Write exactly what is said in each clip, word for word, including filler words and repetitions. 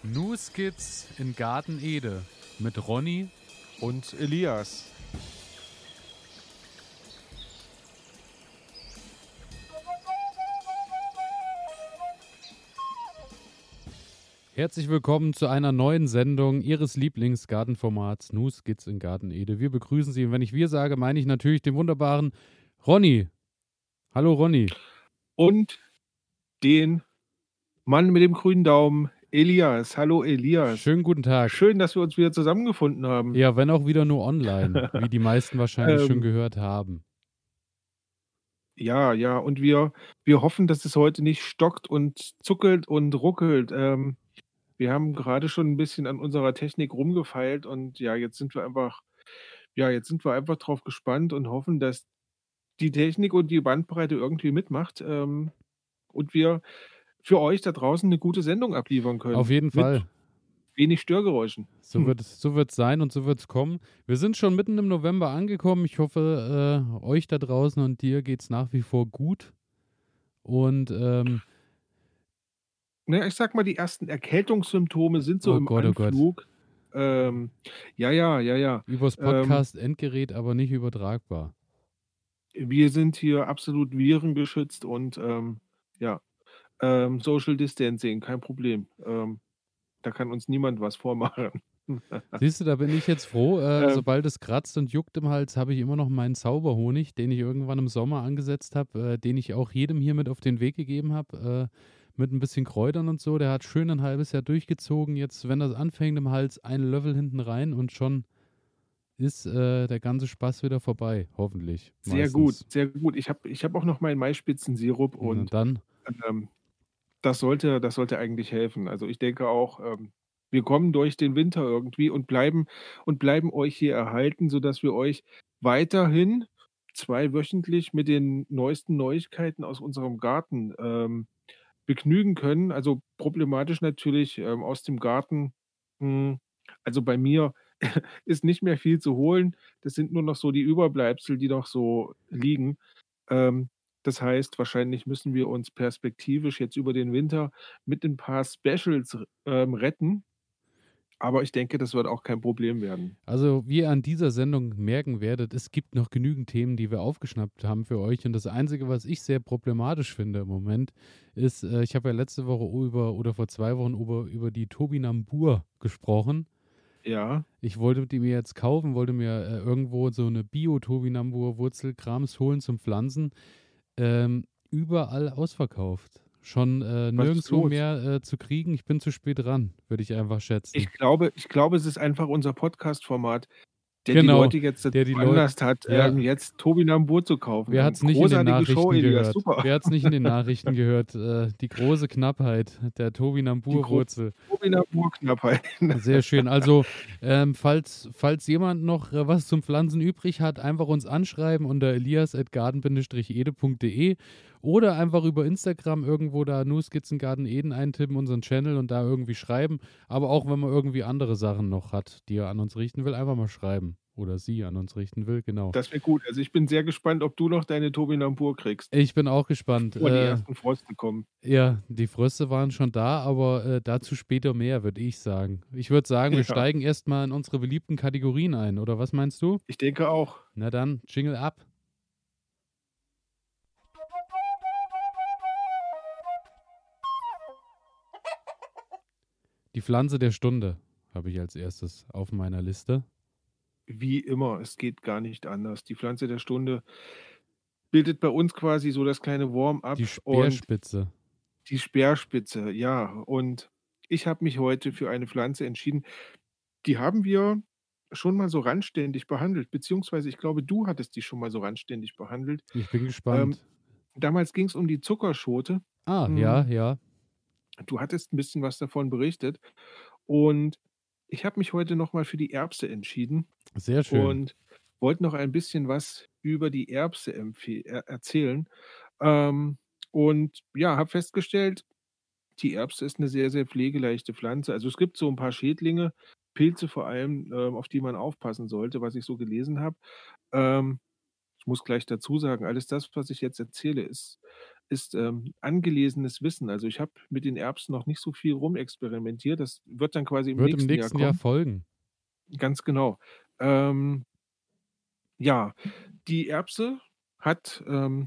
New Skits in Garten Ede mit Ronny und Elias. Herzlich willkommen zu einer neuen Sendung Ihres Lieblingsgartenformats New Skits in Garten Ede. Wir begrüßen Sie und wenn ich wir sage, meine ich natürlich den wunderbaren Ronny. Hallo Ronny. Und den Mann mit dem grünen Daumen, Elias. Hallo Elias. Schönen guten Tag. Schön, dass wir uns wieder zusammengefunden haben. Ja, wenn auch wieder nur online, wie die meisten wahrscheinlich Ähm, schon gehört haben. Ja, ja, und wir, wir hoffen, dass es heute nicht stockt und zuckelt und ruckelt. Ähm, wir haben gerade schon ein bisschen an unserer Technik rumgefeilt und ja, jetzt sind wir einfach, ja, jetzt sind wir einfach drauf gespannt und hoffen, dass die Technik und die Bandbreite irgendwie mitmacht, ähm, und wir für euch da draußen eine gute Sendung abliefern können. Auf jeden Mit Fall. wenig Störgeräuschen. So Hm. wird es so wird's sein und so wird es kommen. Wir sind schon mitten im November angekommen. Ich hoffe, äh, euch da draußen und dir geht es nach wie vor gut. Und ähm, Na, ich sag mal, die ersten Erkältungssymptome sind so oh im Gott, oh Gott. Anflug. Ähm, ja, ja, ja, ja. Übers Ähm, Podcast-Endgerät, aber nicht übertragbar. wir sind hier absolut virengeschützt und ähm, ja, ähm, Social Distancing, kein Problem. Ähm, da kann uns niemand was vormachen. Siehst du, da bin ich jetzt froh. Äh, Ähm, sobald es kratzt und juckt im Hals, habe ich immer noch meinen Zauberhonig, den ich irgendwann im Sommer angesetzt habe, äh, den ich auch jedem hier mit auf den Weg gegeben habe, äh, mit ein bisschen Kräutern und so. Der hat schön ein halbes Jahr durchgezogen. Jetzt, wenn das anfängt im Hals, einen Löffel hinten rein und schon ist äh, der ganze Spaß wieder vorbei, hoffentlich. Sehr gut, Meistens. sehr gut. Ich habe ich habe auch noch meinen Maispitzensirup Na und dann, ähm, das sollte das sollte eigentlich helfen. Also, ich denke auch, ähm, wir kommen durch den Winter irgendwie und bleiben und bleiben euch hier erhalten, sodass wir euch weiterhin zweiwöchentlich mit den neuesten Neuigkeiten aus unserem Garten, ähm, begnügen können. Also, problematisch natürlich, ähm, aus dem Garten, hm, also, bei mir ist nicht mehr viel zu holen. Das sind nur noch so die Überbleibsel, die noch so liegen. Ähm, das heißt, wahrscheinlich müssen wir uns perspektivisch jetzt über den Winter mit ein paar Specials r ähm, retten, aber ich denke, das wird auch kein Problem werden. also wie ihr an dieser Sendung merken werdet, es gibt noch genügend Themen, die wir aufgeschnappt haben für euch. Und das Einzige, was ich sehr problematisch finde im Moment, ist, äh, ich habe ja letzte Woche über oder vor zwei Wochen über, über die Tobinambur gesprochen. Ja, Ich wollte die mir jetzt kaufen, wollte mir äh, irgendwo so eine Bio-Tobinambur-Wurzelkrams holen zum Pflanzen. Ähm, überall ausverkauft. Schon äh, was ist nirgendwo los? mehr äh, zu kriegen. Ich bin zu spät dran, würde ich einfach schätzen. Ich glaube ich glaube, es ist einfach unser Podcast-Format, der die Genau, Leute jetzt dazu der die Leute, veranlasst hat, ähm, ja, jetzt Tobinambur zu kaufen. wer hat Ähm, es nicht in den großartige Show, Nachrichten Elias, gehört? super. Wer hat es nicht in den Nachrichten gehört? Äh, die große Knappheit der Die große Tobinambur-Wurzel. Tobinambur-Knappheit. Sehr schön. Also, ähm, falls, falls jemand noch äh, was zum Pflanzen übrig hat, einfach uns anschreiben unter elias at garten ede punkt de oder einfach über Instagram irgendwo da New Skizzen Garten Eden eintippen, unseren Channel und da irgendwie schreiben. Aber auch wenn man irgendwie andere Sachen noch hat, die er an uns richten will, einfach mal schreiben. Oder sie an uns richten will, genau. Das wäre gut. Also, ich bin sehr gespannt, ob du noch deine Tobinambur kriegst, Ich bin auch gespannt. bevor die Äh, ersten Fröste kommen. Ja, die Fröste waren schon da, aber äh, dazu später mehr, würde ich sagen. Ich würde sagen, wir Ja, steigen erstmal in unsere beliebten Kategorien ein, oder was meinst du? ich denke auch. Na dann, Jingle ab. Die Pflanze der Stunde habe ich als erstes auf meiner Liste. Wie immer, es geht gar nicht anders. Die Pflanze der Stunde bildet bei uns quasi so das kleine Die Warm-up und Speerspitze. die Speerspitze, ja. Und ich habe mich heute für eine Pflanze entschieden, die haben wir schon mal so randständig behandelt, beziehungsweise ich glaube, du hattest die schon mal so randständig behandelt. Ich bin Ähm, gespannt. damals ging's um die Zuckerschote. Ah, ja, Hm, ja. du hattest 'n bisschen was davon berichtet und ich habe mich heute noch mal für die Erbse entschieden Sehr schön. und wollte noch ein bisschen was über die Erbse empfeh er erzählen. Ähm, und ja, habe festgestellt, die Erbse ist 'ne sehr, sehr pflegeleichte Pflanze. Also, es gibt so 'n paar Schädlinge, Pilze vor allem, ähm, auf die man aufpassen sollte, was ich so gelesen habe. Ähm, ich muss gleich dazu sagen, alles das, was ich jetzt erzähle, ist ist, ähm, angelesenes Wissen. Also, ich habe mit den Erbsen noch nicht so viel rumexperimentiert. Das wird dann quasi im Wird im nächsten Jahr nächsten Jahr kommen. folgen. Ganz genau. Ähm, ja, die Erbse hat, ähm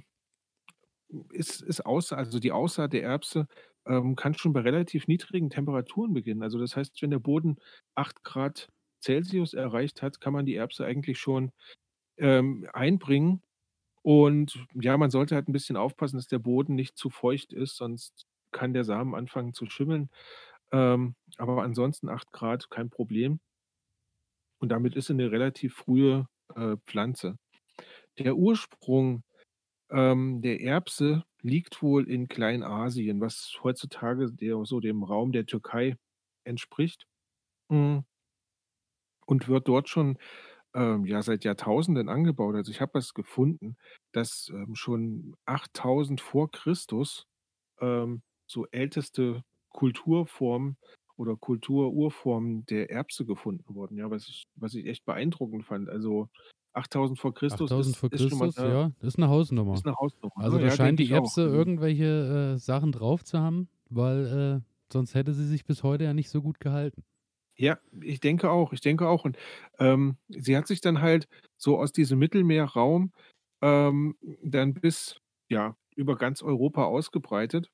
ist ist Aussa also, die Aussaat der Erbse, ähm, kann schon bei relativ niedrigen Temperaturen beginnen. Also, das heißt, wenn der Boden acht Grad Celsius erreicht hat, kann man die Erbse eigentlich schon, ähm, einbringen. Und ja, man sollte halt 'n bisschen aufpassen, dass der Boden nicht zu feucht ist, sonst kann der Samen anfangen zu schimmeln. Ähm, aber ansonsten acht Grad kein Problem. Und damit ist sie 'ne relativ frühe, äh, Pflanze. Der Ursprung, ähm, der Erbse liegt wohl in Kleinasien, was heutzutage der so dem Raum der Türkei entspricht. Hm. Und wird dort schon, ähm, ja, seit Jahrtausenden angebaut. Also, ich habe was gefunden, dass, ähm, schon achttausend vor Christus, ähm, so älteste Kulturformen oder Kultururformen der Erbse gefunden wurden, ja, was ich was ich echt beeindruckend fand. Also, achttausend vor Christus achttausend ist vor ist schon mal Christus, 'ne ja, ist 'ne Hausnummer. ist 'ne Hausnummer, Also, ne? da Ja, scheint denke die ich auch. Erbse Also irgendwelche, äh, Sachen drauf zu haben, weil, äh, sonst hätte sie sich bis heute ja nicht so gut gehalten. Ja, ich denke auch, ich denke auch. Und, ähm, sie hat sich dann halt so aus diesem Mittelmeerraum, ähm, dann bis, ja, über ganz Europa ausgebreitet.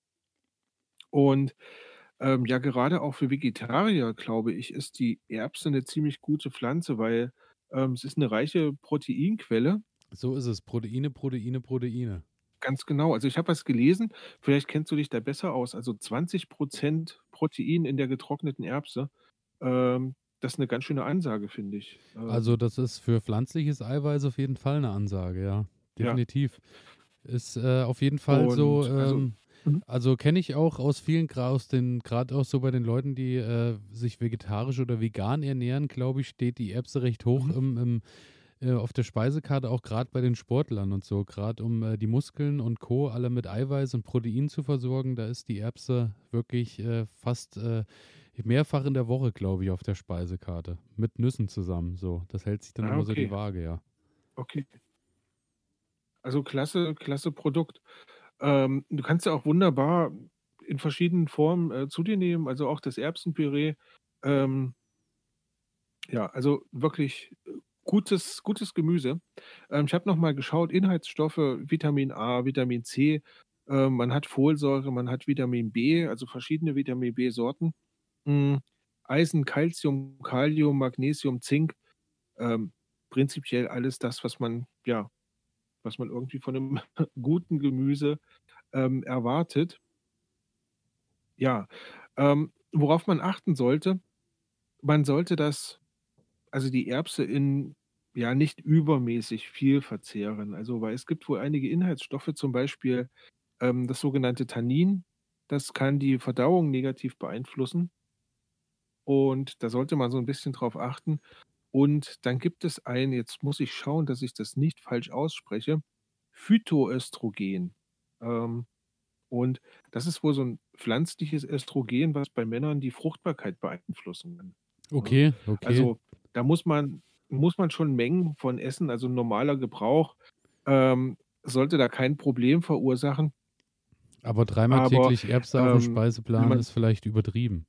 Und, ähm, ja, gerade auch für Vegetarier, glaube ich, ist die Erbse 'ne ziemlich gute Pflanze, weil, ähm, es ist 'ne reiche Proteinquelle. So ist es. Proteine, Proteine, Proteine. Ganz genau. Also, ich habe was gelesen, vielleicht kennst du dich da besser aus, also, zwanzig Prozent Protein in der getrockneten Erbse. Ähm, das ist 'ne ganz schöne Ansage, finde ich. Also, Ähm das ist für pflanzliches Eiweiß auf jeden Fall 'ne Ansage, ja, Ja. definitiv. Ist, äh, auf jeden Fall so, Und also ähm mhm. also, kenne ich auch aus vielen gra aus den grad auch so bei den Leuten, die, äh, sich vegetarisch oder vegan ernähren, glaube ich, steht die Erbse recht hoch Mhm. im im äh, auf der Speisekarte, auch grad bei den Sportlern und so. Grad um, äh, die Muskeln und Co. alle mit Eiweiß und Protein zu versorgen, da ist die Erbse wirklich, äh, fast, äh, mehrfach in der Woche, glaube ich, auf der Speisekarte mit Nüssen zusammen so. Das hält sich dann Ah, immer so die okay. Waage, ja. Okay. Also, klasse klasse Produkt. Ähm, du kannst ja auch wunderbar in verschiedenen Formen, äh, zu dir nehmen, also, auch das Erbsenpüree. Ähm ja, also, wirklich, äh, gutes gutes Gemüse. Ähm, ich habe noch mal geschaut, Inhaltsstoffe, Vitamin A, Vitamin C, ähm, man hat Folsäure, man hat Vitamin B, also, verschiedene Vitamin B-Sorten. Hm, Eisen, Calcium, Kalium, Magnesium, Zink, ähm, prinzipiell alles das, was man ja, was man irgendwie von 'nem guten Gemüse, ähm, erwartet. Ja, ähm, worauf man achten sollte, man sollte das also, die Erbse in ja, nicht übermäßig viel verzehren. Also, weil es gibt wohl einige Inhaltsstoffe, zum Beispiel, ähm, das sogenannte Tannin, das kann die Verdauung negativ beeinflussen. Und da sollte man so 'n bisschen drauf achten. Und dann gibt es ein jetzt muss ich schauen, dass ich das nicht falsch ausspreche, Phytoöstrogen. Ähm, und das ist wohl so 'n pflanzliches Östrogen, was bei Männern die Fruchtbarkeit beeinflussen kann, ne? Okay, okay. Also, da muss man muss man schon Mengen von essen, also, normaler Gebrauch, ähm, sollte da kein Problem verursachen. Aber dreimal Aber, täglich Erbse aufm ähm, wenn Speiseplan man ist vielleicht übertrieben.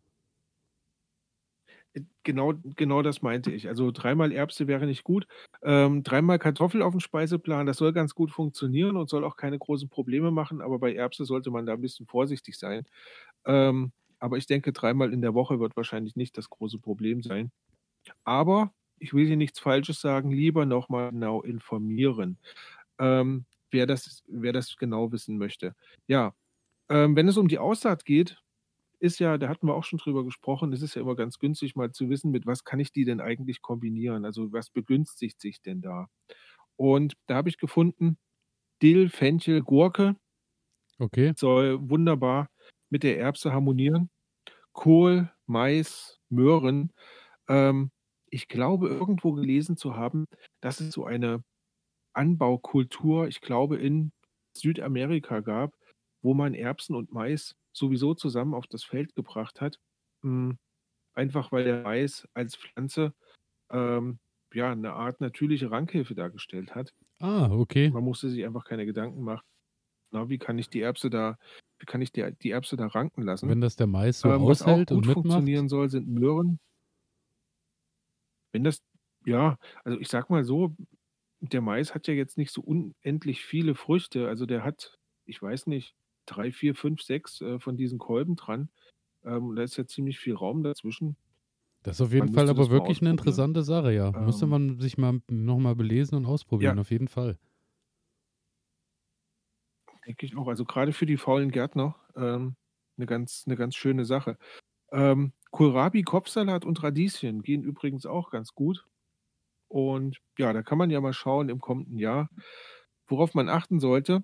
Äh, genau genau das meinte ich. Also, dreimal Erbse wäre nicht gut. Ähm, dreimal Kartoffel aufm Speiseplan, das soll ganz gut funktionieren und soll auch keine großen Probleme machen, aber bei Erbse sollte man da 'n bisschen vorsichtig sein. Ähm, aber ich denke, dreimal in der Woche wird wahrscheinlich nicht das große Problem sein. Aber ich will hier nichts Falsches sagen, lieber noch mal genau informieren, ähm, wer das wer das genau wissen möchte. Ja, ähm, wenn es um die Aussaat geht, ist ja da hatten wir auch schon drüber gesprochen, es ist ja immer ganz günstig, mal zu wissen, mit was kann ich die denn eigentlich kombinieren? Also, was begünstigt sich denn da? Und da habe ich gefunden, Dill, Fenchel, Gurke Okay. soll wunderbar mit der Erbse harmonieren. Kohl, Mais, Möhren. Ähm, ich glaube, irgendwo gelesen zu haben, dass es so eine Anbaukultur, ich glaube, in Südamerika gab, wo man Erbsen und Mais sowieso zusammen auf das Feld gebracht hat. Hm, einfach weil der Mais als Pflanze, ähm, ja, 'ne Art natürliche Rankhilfe dargestellt hat. Ah, okay. Man musste sich einfach keine Gedanken machen. Na, wie kann ich die Erbse da wie kann ich die die Erbse da ranken lassen? Wenn das der Mais so Ähm, was auch aushält und gut mitmacht? funktionieren soll, sind Möhren. Wenn das ja, also ich sage mal so, der Mais hat ja jetzt nicht so unendlich viele Früchte. Also der hat, ich weiß nicht, drei, vier, fünf, sechs äh, von diesen Kolben dran. Ähm, da ist ja ziemlich viel Raum dazwischen. Das ist auf jeden Man Fall müsste aber das mal wirklich 'ne ausprobieren. interessante Sache, ja. Müsste Ähm, man sich mal noch mal belesen und ja, ausprobieren, auf jeden Fall. denke ich auch. Also grade für die faulen Gärtner, ähm, 'ne ganz 'ne ganz schöne Sache. Ähm, Kohlrabi, Kopfsalat und Radieschen gehen übrigens auch ganz gut. Und ja, da kann man ja mal schauen im kommenden Jahr, worauf man achten sollte.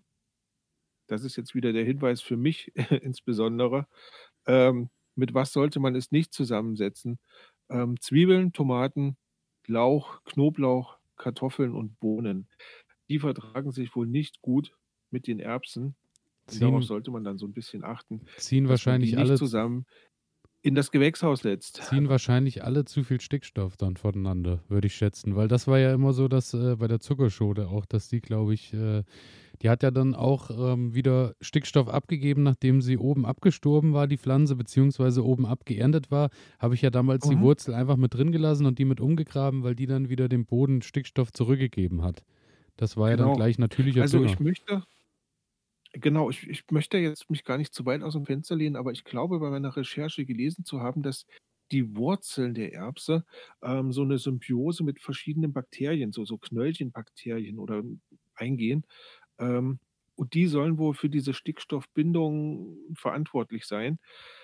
Das ist jetzt wieder der Hinweis für mich insbesondere. Ähm, mit was sollte man es nicht zusammensetzen? Ähm, Zwiebeln, Tomaten, Lauch, Knoblauch, Kartoffeln und Bohnen. Die vertragen sich wohl nicht gut mit den Erbsen und darauf Ziehen sollte man dann so 'n bisschen achten, ziehen dass man die wahrscheinlich nicht alle z zusammen in das Gewächshaus setzt. ziehen wahrscheinlich alle zu viel Stickstoff dann voneinander, würde ich schätzen. Weil das war ja immer so, dass, äh, bei der Zuckerschote auch, dass die, glaube ich, äh die hat ja dann auch, ähm, wieder Stickstoff abgegeben, nachdem sie oben abgestorben war, die Pflanze, beziehungsweise oben abgeerntet war, habe ich ja damals die Mhm, Wurzel einfach mit drin gelassen und die mit umgegraben, weil die dann wieder dem Boden Stickstoff zurückgegeben hat. Das war ja dann genau. gleich natürlicher Also, Dünger. ich möchte genau, ich ich möchte jetzt mich gar nicht zu weit aus'm Fenster lehnen, aber ich glaube, bei meiner Recherche gelesen zu haben, dass die Wurzeln der Erbse, ähm, so 'ne Symbiose mit verschiedenen Bakterien, so so Knöllchenbakterien oder eingehen. Ähm, und die sollen wohl für diese Stickstoffbindung verantwortlich sein.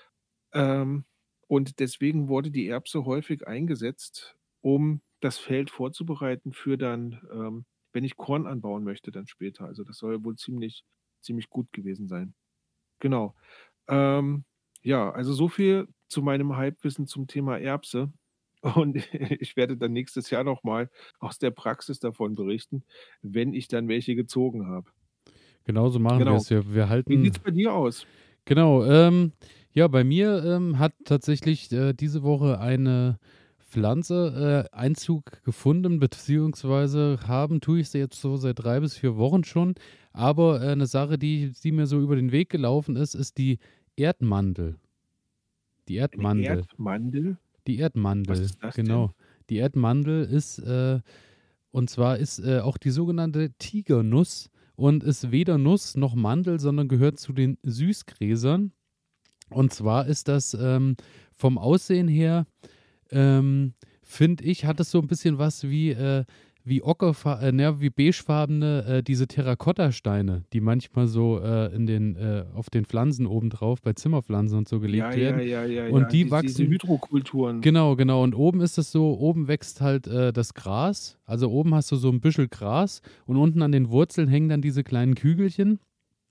Ähm, und deswegen wurde die Erbse häufig eingesetzt, um das Feld vorzubereiten für dann, ähm, wenn ich Korn anbauen möchte dann später. Also, das soll wohl ziemlich ziemlich gut gewesen sein. Genau. Ähm, ja, also so viel zu meinem Halbwissen zum Thema Erbse. Und ich werde dann nächstes Jahr noch mal aus der Praxis davon berichten, wenn ich dann welche gezogen habe. Genauso machen wir Genau. es. Wir wir Wie halten sieht's bei dir aus? genau, ähm, ja, bei mir, ähm, hat tatsächlich, äh, diese Woche eine Pflanze, äh, Einzug gefunden, beziehungsweise haben tue ich sie jetzt so seit drei bis vier Wochen schon. Aber, äh, 'ne Sache, die die mir so über den Weg gelaufen ist, ist die Erdmandel. Die Eine Erdmandel. Erdmandel? Die Was Erdmandel, ist das denn? genau. Die Erdmandel ist, äh und zwar ist, äh, auch die sogenannte Tigernuss und ist weder Nuss noch Mandel, sondern gehört zu den Süßgräsern. Und zwar ist das, ähm, vom Aussehen her, ähm, finde ich, hat es so ein bisschen was wie, äh wie ockerfa äh, na, wie beigefarbene, äh, diese Terrakottasteine, die manchmal so, äh, in den äh, auf den Pflanzen obendrauf bei Zimmerpflanzen und so Ja, gelegt ja, werden. ja, ja, Und ja, die diese diese wachsen Hydrokulturen. genau, genau. Und oben ist es so, oben wächst halt, äh, das Gras. Also, oben hast du so ein Büschel Gras und unten an den Wurzeln hängen dann diese kleinen Kügelchen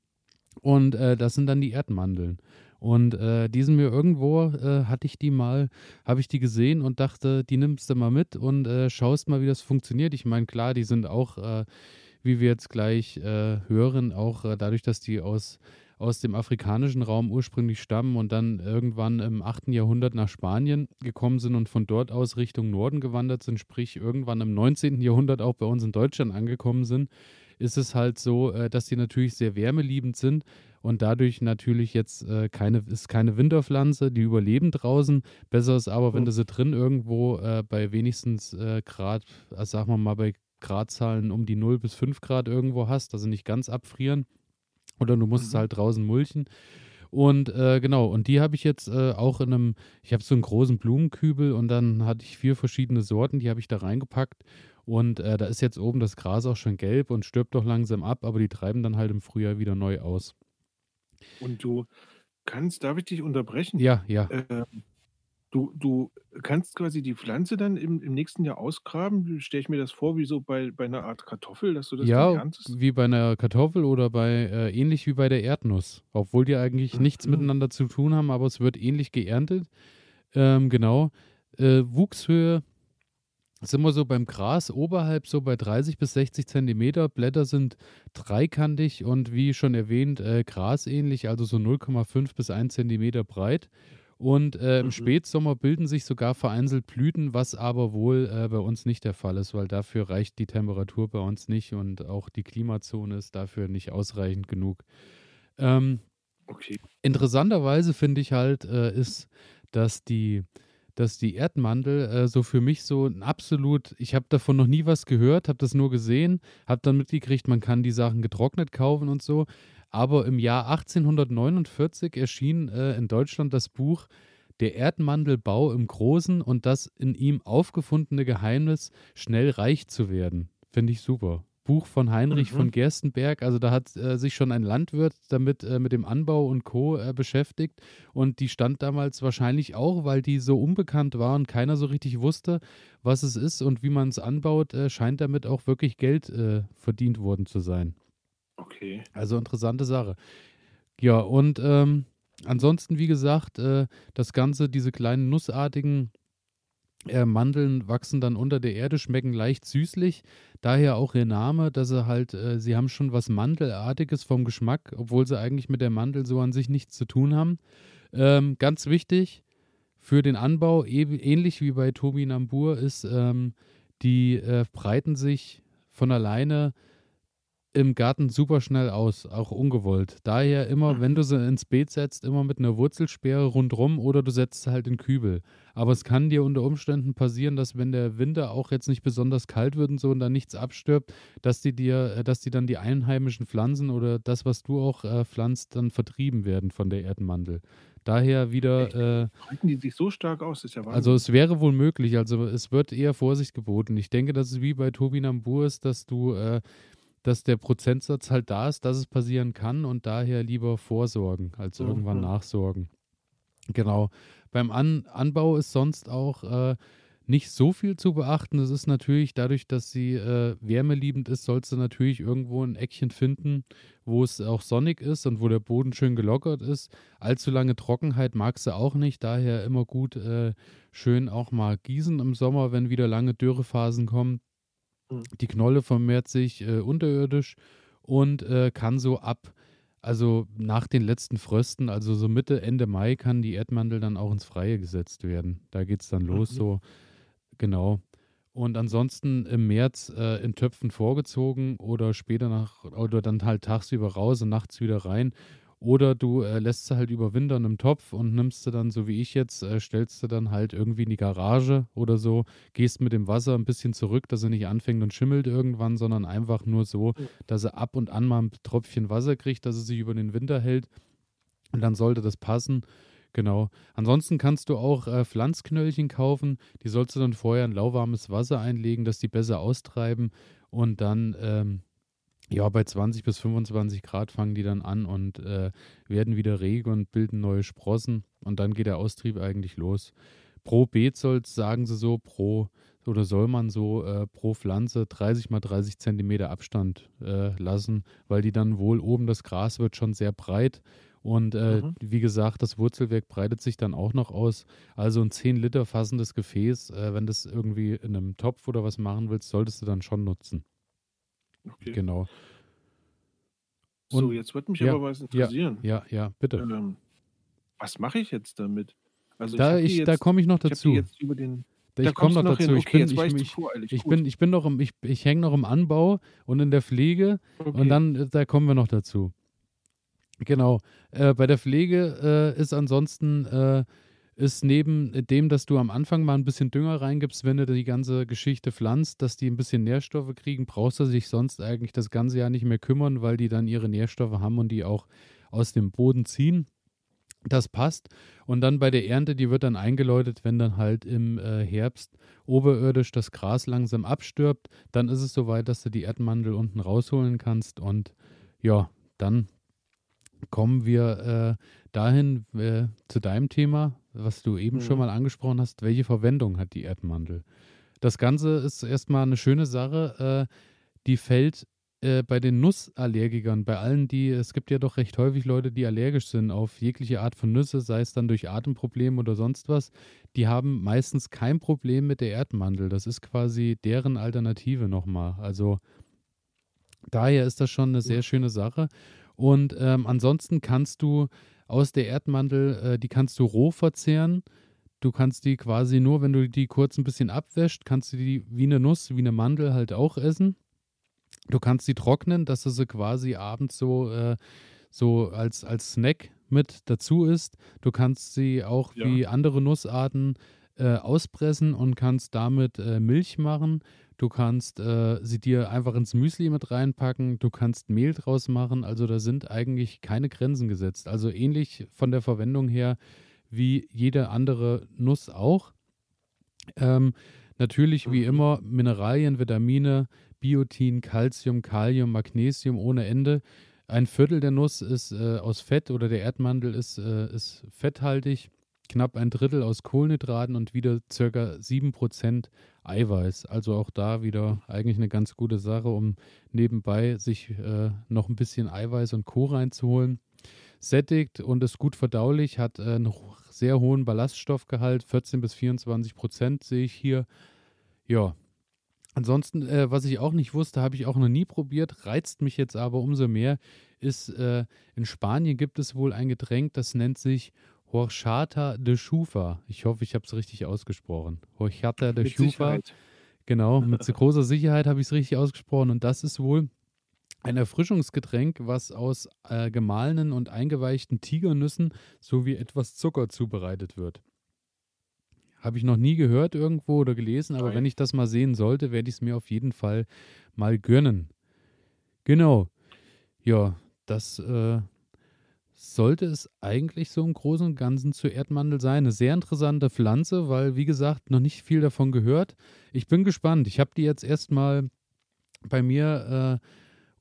und, äh, das sind dann die Erdmandeln. Und, äh, die sind mir irgendwo äh, hatte ich die mal habe ich die gesehen und dachte, die nimmst du mal mit und, äh, schaust mal, wie das funktioniert. Ich meine, klar, die sind auch, äh, wie wir jetzt gleich, äh, hören, auch, äh, dadurch, dass die aus aus dem afrikanischen Raum ursprünglich stammen und dann irgendwann im achten Jahrhundert nach Spanien gekommen sind und von dort aus Richtung Norden gewandert sind, sprich irgendwann im neunzehnten Jahrhundert auch bei uns in Deutschland angekommen sind, ist es halt so, äh, dass die natürlich sehr wärmeliebend sind und dadurch natürlich jetzt, äh, keine ist keine Winterpflanze, die überleben draußen. Besser ist aber, wenn Mhm, du sie drin irgendwo, äh, bei wenigstens, äh, Grad äh, sagen wir mal, bei Gradzahlen um die null bis fünf Grad irgendwo hast, also nicht ganz abfrieren oder du musst es mhm. halt draußen mulchen. Und, äh, genau, und die habe ich jetzt, äh, auch in einem ich habe so einen großen Blumenkübel und dann hatte ich vier verschiedene Sorten, die habe ich da reingepackt. Und, äh, da ist jetzt oben das Gras auch schon gelb und stirbt doch langsam ab, aber die treiben dann halt im Frühjahr wieder neu aus. Und du kannst darf ich dich unterbrechen? Ja, ja. Ähm, du du kannst quasi die Pflanze dann im im nächsten Jahr ausgraben? Stelle ich mir das vor wie so bei bei 'ner Art Kartoffel, dass du das dann Ja, erntest? wie bei einer Kartoffel oder bei äh, ähnlich wie bei der Erdnuss, obwohl die eigentlich nichts Mhm. miteinander zu tun haben, aber es wird ähnlich geerntet. Ähm, genau. Äh, Wuchshöhe sind wir so beim Gras oberhalb so bei dreißig bis sechzig Zentimeter. Blätter sind dreikantig und wie schon erwähnt, äh, grasähnlich, also so null Komma fünf bis ein Zentimeter breit. Und äh, im Mhm. Spätsommer bilden sich sogar vereinzelt Blüten, was aber wohl äh, bei uns nicht der Fall ist, weil dafür reicht die Temperatur bei uns nicht und auch die Klimazone ist dafür nicht ausreichend genug. Ähm, Okay. Interessanterweise finde ich halt, äh, ist, dass die dass die Erdmandel, äh, so für mich so 'n absolut ich habe davon noch nie was gehört, habe das nur gesehen, habe dann mitgekriegt, man kann die Sachen getrocknet kaufen und so. Aber im Jahr achtzehnhundertneunundvierzig erschien, äh, in Deutschland das Buch „Der Erdmandelbau im Großen und das in ihm aufgefundene Geheimnis, schnell reich zu werden." Finde ich super. Buch von Heinrich Mhm. von Gerstenberg. Also, da hat, äh, sich schon ein Landwirt damit äh, mit dem Anbau und Co. äh, beschäftigt und die stand damals wahrscheinlich auch, weil die so unbekannt war und keiner so richtig wusste, was es ist und wie man es anbaut, äh, scheint damit auch wirklich Geld, äh, verdient worden zu sein. Okay. Also, interessante Sache. Ja, und, ähm, ansonsten, wie gesagt, äh, das Ganze diese kleinen nussartigen äh, Mandeln wachsen dann unter der Erde, schmecken leicht süßlich, daher auch ihr Name, dass sie halt äh, sie haben schon was Mandelartiges vom Geschmack, obwohl sie eigentlich mit der Mandel so an sich nichts zu tun haben. Ähm, ganz wichtig für den Anbau, äb ähnlich wie bei Tobinambur, ist, ähm, die, äh, breiten sich von alleine im Garten super schnell aus, auch ungewollt. Daher immer, wenn Mhm. du sie ins Beet setzt, immer mit einer Wurzelsperre rundrum oder du setzt sie halt in Kübel. Aber es kann dir unter Umständen passieren, dass wenn der Winter auch jetzt nicht besonders kalt wird und so und dann nichts abstirbt, dass die dir äh, dass die dann die einheimischen Pflanzen oder das, was du auch, äh, pflanzt, dann vertrieben werden von der Erdenmandel. Daher Echt? wieder, äh Breiten die sich so stark aus? Das ist ja also, Wahnsinn. es wäre wohl möglich, also, es wird eher Vorsicht geboten. Ich denke, dass es wie bei Tobinambur ist, dass du, äh dass der Prozentsatz halt da ist, dass es passieren kann und daher lieber vorsorgen als irgendwann Mhm. nachsorgen. Genau. Beim An Anbau ist sonst auch, äh, nicht so viel zu beachten. Es ist natürlich dadurch, dass sie, äh, wärmeliebend ist, sollst du natürlich irgendwo ein Eckchen finden, wo es auch sonnig ist und wo der Boden schön gelockert ist. Allzu lange Trockenheit magst du auch nicht, daher immer gut, äh, schön auch mal gießen im Sommer, wenn wieder lange Dürrephasen kommen. Mhm. Die Knolle vermehrt sich, äh, unterirdisch und, äh, kann so ab also, nach den letzten Frösten, also so Mitte, Ende Mai kann die Erdmandel dann auch ins Freie gesetzt werden. Da geht's dann los Mhm. so, genau. Und ansonsten im März, äh, in Töpfen vorgezogen oder später nach oder dann halt tagsüber raus und nachts wieder rein. Oder du, äh, lässt sie halt überwintern im Topf und nimmst sie dann, so wie ich jetzt, äh, stellst du dann halt irgendwie in die Garage oder so, gehst mit dem Wasser ein bisschen zurück, dass er nicht anfängt und schimmelt irgendwann, sondern einfach nur so, Mhm. dass er ab und an mal ein Tröpfchen Wasser kriegt, dass er sich über den Winter hält und dann sollte das passen. Genau. Ansonsten kannst du auch, äh, Pflanzknöllchen kaufen, die sollst du dann vorher in lauwarmes Wasser einlegen, dass die besser austreiben und dann, ähm ja, bei zwanzig bis fünfundzwanzig Grad fangen die dann an und, äh, werden wieder rege und bilden neue Sprossen und dann geht der Austrieb eigentlich los. Pro Beet soll's, sagen sie so, pro oder soll man so, äh, pro Pflanze dreißig mal dreißig Zentimeter Abstand, äh, lassen, weil die dann wohl oben das Gras wird schon sehr breit und, äh, Mhm. wie gesagt, das Wurzelwerk breitet sich dann auch noch aus. Also ein zehn Liter fassendes Gefäß, äh, wenn du's irgendwie in einem Topf oder was machen willst, solltest du dann schon nutzen. Okay. Genau. So, Und jetzt würde mich ja, aber was ja, interessieren. ja, ja, bitte. Ähm, Was mache ich jetzt damit? Also, ich Da habe die ich da jetzt komme ich noch ich habe die dazu. jetzt über den Da da ich komme kommst noch du noch hin. dazu. Ich Okay, bin jetzt war ich ich zu ich voreilig. ich bin Gut. ich bin noch im ich ich hänge noch im Anbau und in der Pflege und Okay. dann äh, da kommen wir noch dazu. Genau. Äh, bei der Pflege, äh, ist ansonsten, äh ist neben dem, dass du am Anfang mal ein bisschen Dünger reingibst, wenn du die ganze Geschichte pflanzt, dass die ein bisschen Nährstoffe kriegen, brauchst du dich sonst eigentlich das ganze Jahr nicht mehr kümmern, weil die dann ihre Nährstoffe haben und die auch aus dem Boden ziehen. Das passt. Und dann bei der Ernte, die wird dann eingeläutet, wenn dann halt im, äh, Herbst oberirdisch das Gras langsam abstirbt. Dann ist es soweit, dass du die Erdmandel unten rausholen kannst und ja, dann kommen wir, äh, dahin, äh, zu deinem Thema, was du eben schon Mhm. mal angesprochen hast. Welche Verwendung hat die Erdmandel? Das Ganze ist erstmal eine schöne Sache, äh, die fällt, äh, bei den Nussallergikern, bei allen, die es gibt ja doch recht häufig Leute, die allergisch sind auf jegliche Art von Nüsse, sei es dann durch Atemprobleme oder sonst was. Die haben meistens kein Problem mit der Erdmandel. Das ist quasi deren Alternative noch mal. Also, daher ist das schon eine Ja. sehr schöne Sache. Und, ähm, ansonsten kannst du aus der Erdmandel, äh, die kannst du roh verzehren. Du kannst die quasi nur, wenn du die kurz ein bisschen abwäscht, kannst du die wie eine Nuss, wie eine Mandel halt auch essen. Du kannst sie trocknen, dass du sie quasi abends so, äh, so als, als Snack mit dazu isst. Du kannst sie auch Ja. wie andere Nussarten äh, auspressen und kannst damit äh, Milch machen. Du kannst äh, sie dir einfach ins Müsli mit reinpacken. Du kannst Mehl draus machen. Also da sind eigentlich keine Grenzen gesetzt. Also ähnlich von der Verwendung her wie jede andere Nuss auch. Ähm, natürlich wie Mhm. immer Mineralien, Vitamine, Biotin, Calcium, Kalium, Magnesium ohne Ende. Ein Viertel der Nuss ist äh, aus Fett oder der Erdmandel ist, äh, ist fetthaltig, knapp ein Drittel aus Kohlenhydraten und wieder circa sieben Prozent Eiweiß. Also auch da wieder eigentlich eine ganz gute Sache, um nebenbei sich äh, noch ein bisschen Eiweiß und Co. reinzuholen. Sättigt und ist gut verdaulich, hat äh, einen ho- sehr hohen Ballaststoffgehalt, vierzehn bis vierundzwanzig Prozent sehe ich hier. Ja, ansonsten, äh, was ich auch nicht wusste, habe ich auch noch nie probiert, reizt mich jetzt aber umso mehr, ist, äh, in Spanien gibt es wohl ein Getränk, das nennt sich Horchata de Chufa. Ich hoffe, ich habe es richtig ausgesprochen. Horchata de Mit Chufa, Sicherheit. genau, mit so großer Sicherheit habe ich es richtig ausgesprochen und das ist wohl ein Erfrischungsgetränk, was aus äh, gemahlenen und eingeweichten Tigernüssen sowie etwas Zucker zubereitet wird. Habe ich noch nie gehört irgendwo oder gelesen, aber Nein. wenn ich das mal sehen sollte, werde ich es mir auf jeden Fall mal gönnen. Genau. Ja, das äh, sollte es eigentlich so im Großen und Ganzen zur Erdmandel sein. Eine sehr interessante Pflanze, weil, wie gesagt, noch nicht viel davon gehört. Ich bin gespannt. Ich habe die jetzt erstmal bei mir äh,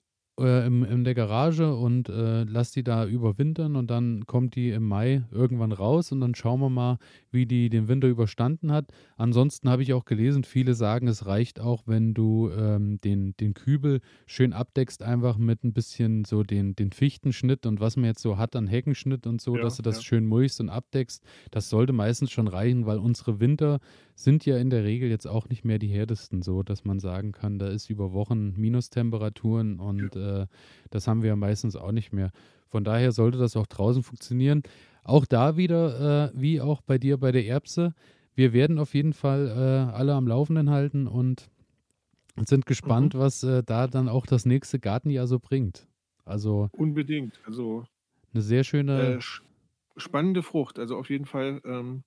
äh, im, in der Garage und äh, lass die da überwintern und dann kommt die im Mai irgendwann raus und dann schauen wir mal, wie die den Winter überstanden hat. Ansonsten habe ich auch gelesen, viele sagen, es reicht auch, wenn du ähm, den, den Kübel schön abdeckst, einfach mit ein bisschen so den, den Fichtenschnitt und was man jetzt so hat an Heckenschnitt und so, dass Ja, du das ja. schön mulchst und abdeckst. Das sollte meistens schon reichen, weil unsere Winter sind ja in der Regel jetzt auch nicht mehr die härtesten, so dass man sagen kann, da ist über Wochen Minustemperaturen und äh, das haben wir ja meistens auch nicht mehr. Von daher sollte das auch draußen funktionieren. Auch da wieder, äh, wie auch bei dir bei der Erbse, wir werden auf jeden Fall äh, alle am Laufenden halten und sind Mhm. gespannt, was äh, da dann auch das nächste Gartenjahr so bringt. Also Unbedingt. Also, eine sehr schöne. äh, sch spannende Frucht. Also, auf jeden Fall, ähm,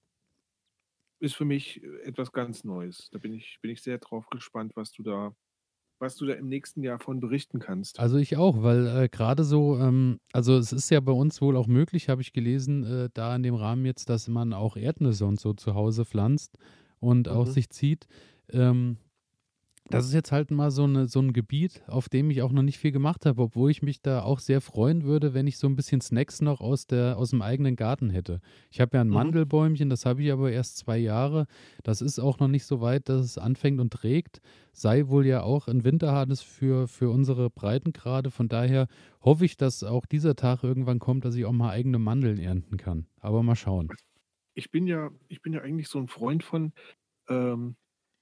ist für mich, äh, etwas ganz Neues. Da bin ich bin ich sehr drauf gespannt, was du da was du da im nächsten Jahr von berichten kannst. Also ich auch, weil äh, gerade so, ähm, also es ist ja bei uns wohl auch möglich, habe ich gelesen, äh, da in dem Rahmen jetzt, dass man auch Erdnüsse und so zu Hause pflanzt und auch Mhm. sich zieht. Ähm, Das ist jetzt halt mal so, eine, so ein Gebiet, auf dem ich auch noch nicht viel gemacht habe, obwohl ich mich da auch sehr freuen würde, wenn ich so ein bisschen Snacks noch aus, der, aus dem eigenen Garten hätte. Ich habe ja ein Mhm. Mandelbäumchen, das habe ich aber erst zwei Jahre. Das ist auch noch nicht so weit, dass es anfängt und trägt. Sei wohl ja auch ein Winterharnis für, für unsere Breitengrade. Von daher hoffe ich, dass auch dieser Tag irgendwann kommt, dass ich auch mal eigene Mandeln ernten kann. Aber mal schauen. Ich bin ja ich bin ja eigentlich so 'n Freund von, ähm,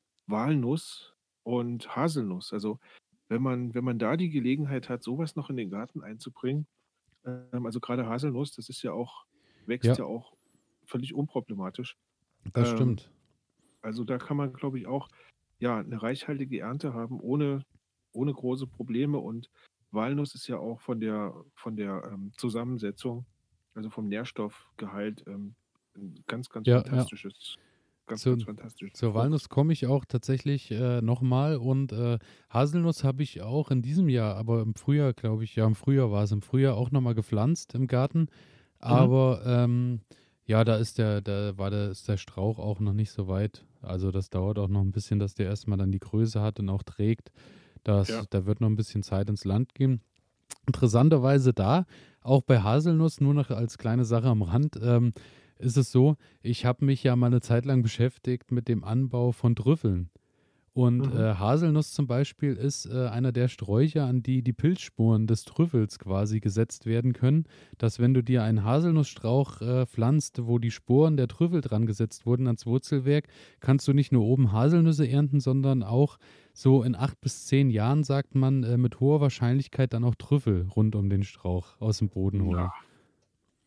Walnuss und Haselnuss. Also, wenn man wenn man da die Gelegenheit hat, so was noch in den Garten einzubringen, ähm, also grade Haselnuss, das ist ja auch wächst Ja, ja auch völlig unproblematisch. das Ähm, stimmt. also da kann man, glaube ich, auch, ja, 'ne reichhaltige Ernte haben ohne ohne große Probleme und Walnuss ist ja auch von der von der, ähm, Zusammensetzung, also vom Nährstoffgehalt, ähm, 'n ganz, ganz Ja, ja. fantastisches ganz, ganz Zu, fantastische zur Frucht. Walnuss komme ich auch tatsächlich äh, nochmal und äh, Haselnuss habe ich auch in diesem Jahr, aber im Frühjahr, glaube ich, ja, im Frühjahr war es, im Frühjahr auch nochmal gepflanzt im Garten. Mhm. Aber ähm, ja, da ist der, da war der, ist der Strauch auch noch nicht so weit. Also das dauert auch noch ein bisschen, dass der erstmal dann die Größe hat und auch trägt. Das, Ja. da wird noch ein bisschen Zeit ins Land gehen. Interessanterweise da, auch bei Haselnuss, nur noch als kleine Sache am Rand, ähm, ist es so, ich habe mich ja mal eine Zeit lang beschäftigt mit dem Anbau von Trüffeln. Und Mhm. äh, Haselnuss zum Beispiel ist äh, einer der Sträucher, an die die Pilzsporen des Trüffels quasi gesetzt werden können, dass wenn du dir einen Haselnussstrauch äh, pflanzt, wo die Sporen der Trüffel dran gesetzt wurden ans Wurzelwerk, kannst du nicht nur oben Haselnüsse ernten, sondern auch so in acht bis zehn Jahren, sagt man, äh, mit hoher Wahrscheinlichkeit dann auch Trüffel rund um den Strauch aus dem Boden Na, holen.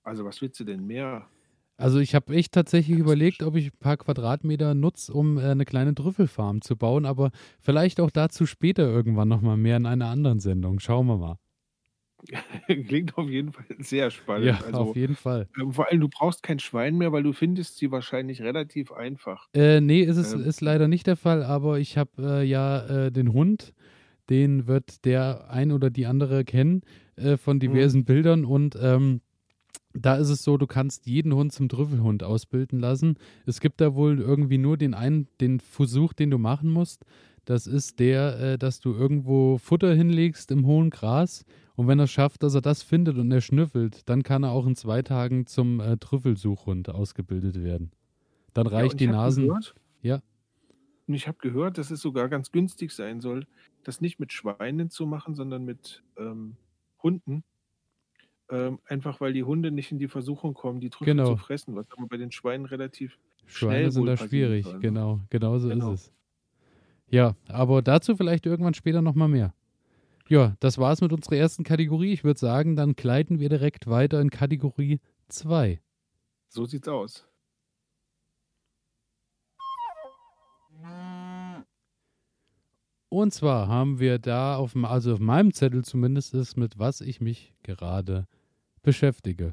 Also, was willst du denn mehr? Also ich habe echt tatsächlich Das überlegt, ob ich ein paar Quadratmeter nutze, um äh, eine kleine Trüffelfarm zu bauen, aber vielleicht auch dazu später irgendwann nochmal mehr in einer anderen Sendung. Schauen wir mal. klingt auf jeden Fall sehr Ja, spannend. auf Also, jeden Fall. ähm, vor allem, du brauchst kein Schwein mehr, weil du findest sie wahrscheinlich relativ einfach. Äh, ne, ist es Ähm, ist leider nicht der Fall, aber ich habe äh, ja äh, den Hund, den wird der ein oder die andere kennen äh, von mhm. diversen Bildern und ähm, da ist es so, du kannst jeden Hund zum Trüffelhund ausbilden lassen. Es gibt da wohl irgendwie nur den einen, den Versuch, den du machen musst. Das ist der, äh, dass du irgendwo Futter hinlegst im hohen Gras und wenn er schafft, dass er das findet und er schnüffelt, dann kann er auch in zwei Tagen zum äh, Trüffelsuchhund ausgebildet werden. Dann Ja, reicht und die ich habe Nasen, gehört ja, und ich habe gehört, dass es sogar ganz günstig sein soll, das nicht mit Schweinen zu machen, sondern mit, ähm, Hunden, ähm, einfach weil die Hunde nicht in die Versuchung kommen, die Trüffel zu genau. fressen, was aber bei den Schweinen relativ Schweine schnell sind wohl da passieren schwierig, soll, ne? genau, genau so ist Genau. es. Ja, aber dazu vielleicht irgendwann später nochmal mehr. Ja, das war's mit unserer ersten Kategorie. Ich würde sagen, dann gleiten wir direkt weiter in Kategorie zwei. So sieht's aus. Und zwar haben wir da auf, dem- also auf meinem Zettel zumindest ist, mit was ich mich gerade beschäftige.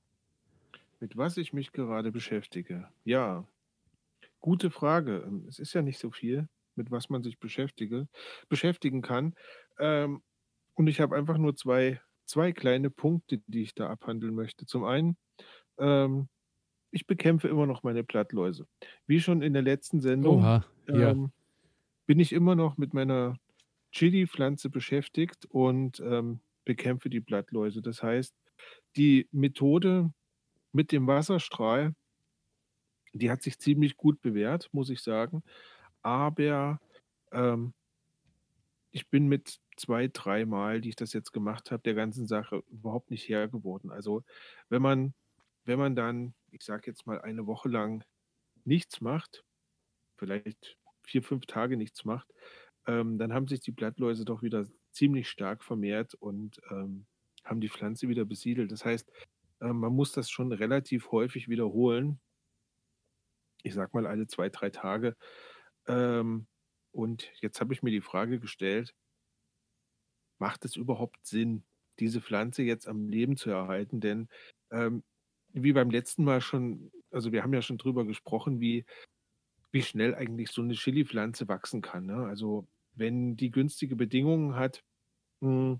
Mit was ich mich gerade beschäftige? Ja, gute Frage. Ähm, es ist ja nicht so viel, mit was man sich beschäftige beschäftigen kann. Ähm, und ich habe einfach nur zwei zwei kleine Punkte, die ich da abhandeln möchte. Zum einen, ähm, ich bekämpfe immer noch meine Blattläuse. Wie schon in der letzten Sendung, Oha, ja, ähm, bin ich immer noch mit meiner Chili-Pflanze beschäftigt und, ähm, bekämpfe die Blattläuse. Das heißt, die Methode mit dem Wasserstrahl, die hat sich ziemlich gut bewährt, muss ich sagen. Aber, ähm, ich bin mit zwei, drei Mal, die ich das jetzt gemacht habe, der ganzen Sache überhaupt nicht Herr geworden. Also, wenn man wenn man dann, ich sage jetzt mal, eine Woche lang nichts macht, vielleicht vier, fünf Tage nichts macht, ähm, dann haben sich die Blattläuse doch wieder ziemlich stark vermehrt und, ähm, haben die Pflanze wieder besiedelt. Das heißt, ähm, man muss das schon relativ häufig wiederholen. Ich sage mal alle zwei, drei Tage. Ähm, und jetzt habe ich mir die Frage gestellt: Macht es überhaupt Sinn, diese Pflanze jetzt am Leben zu erhalten? Denn, ähm, wie beim letzten Mal schon, also, wir haben ja schon drüber gesprochen, wie wie schnell eigentlich so 'ne Chilipflanze wachsen kann, ne? Also, wenn die günstige Bedingungen hat, hm,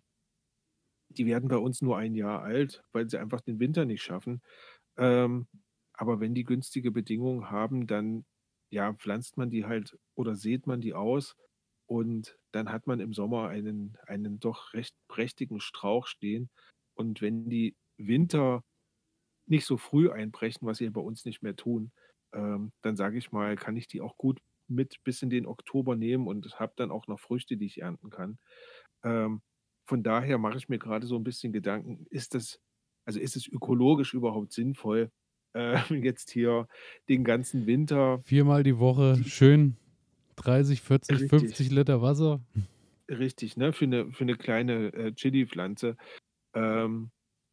die werden bei uns nur ein Jahr alt, weil sie einfach den Winter nicht schaffen. Ähm, aber wenn die günstige Bedingungen haben, dann, ja, pflanzt man die halt oder sät man die aus und dann hat man im Sommer einen einen doch recht prächtigen Strauch stehen. Und wenn die Winter nicht so früh einbrechen, was sie ja bei uns nicht mehr tun, ähm, dann sage ich mal, kann ich die auch gut mit bis in den Oktober nehmen und habe dann auch noch Früchte, die ich ernten kann. Ähm, von daher mache ich mir gerade so ein bisschen Gedanken, ist das, also, ist es ökologisch überhaupt sinnvoll, äh, jetzt hier den ganzen Winter viermal die Woche die schön dreißig, vierzig, richtig, fünfzig Liter Wasser. richtig, ne, für eine für eine kleine, äh, Chilipflanze. Ähm,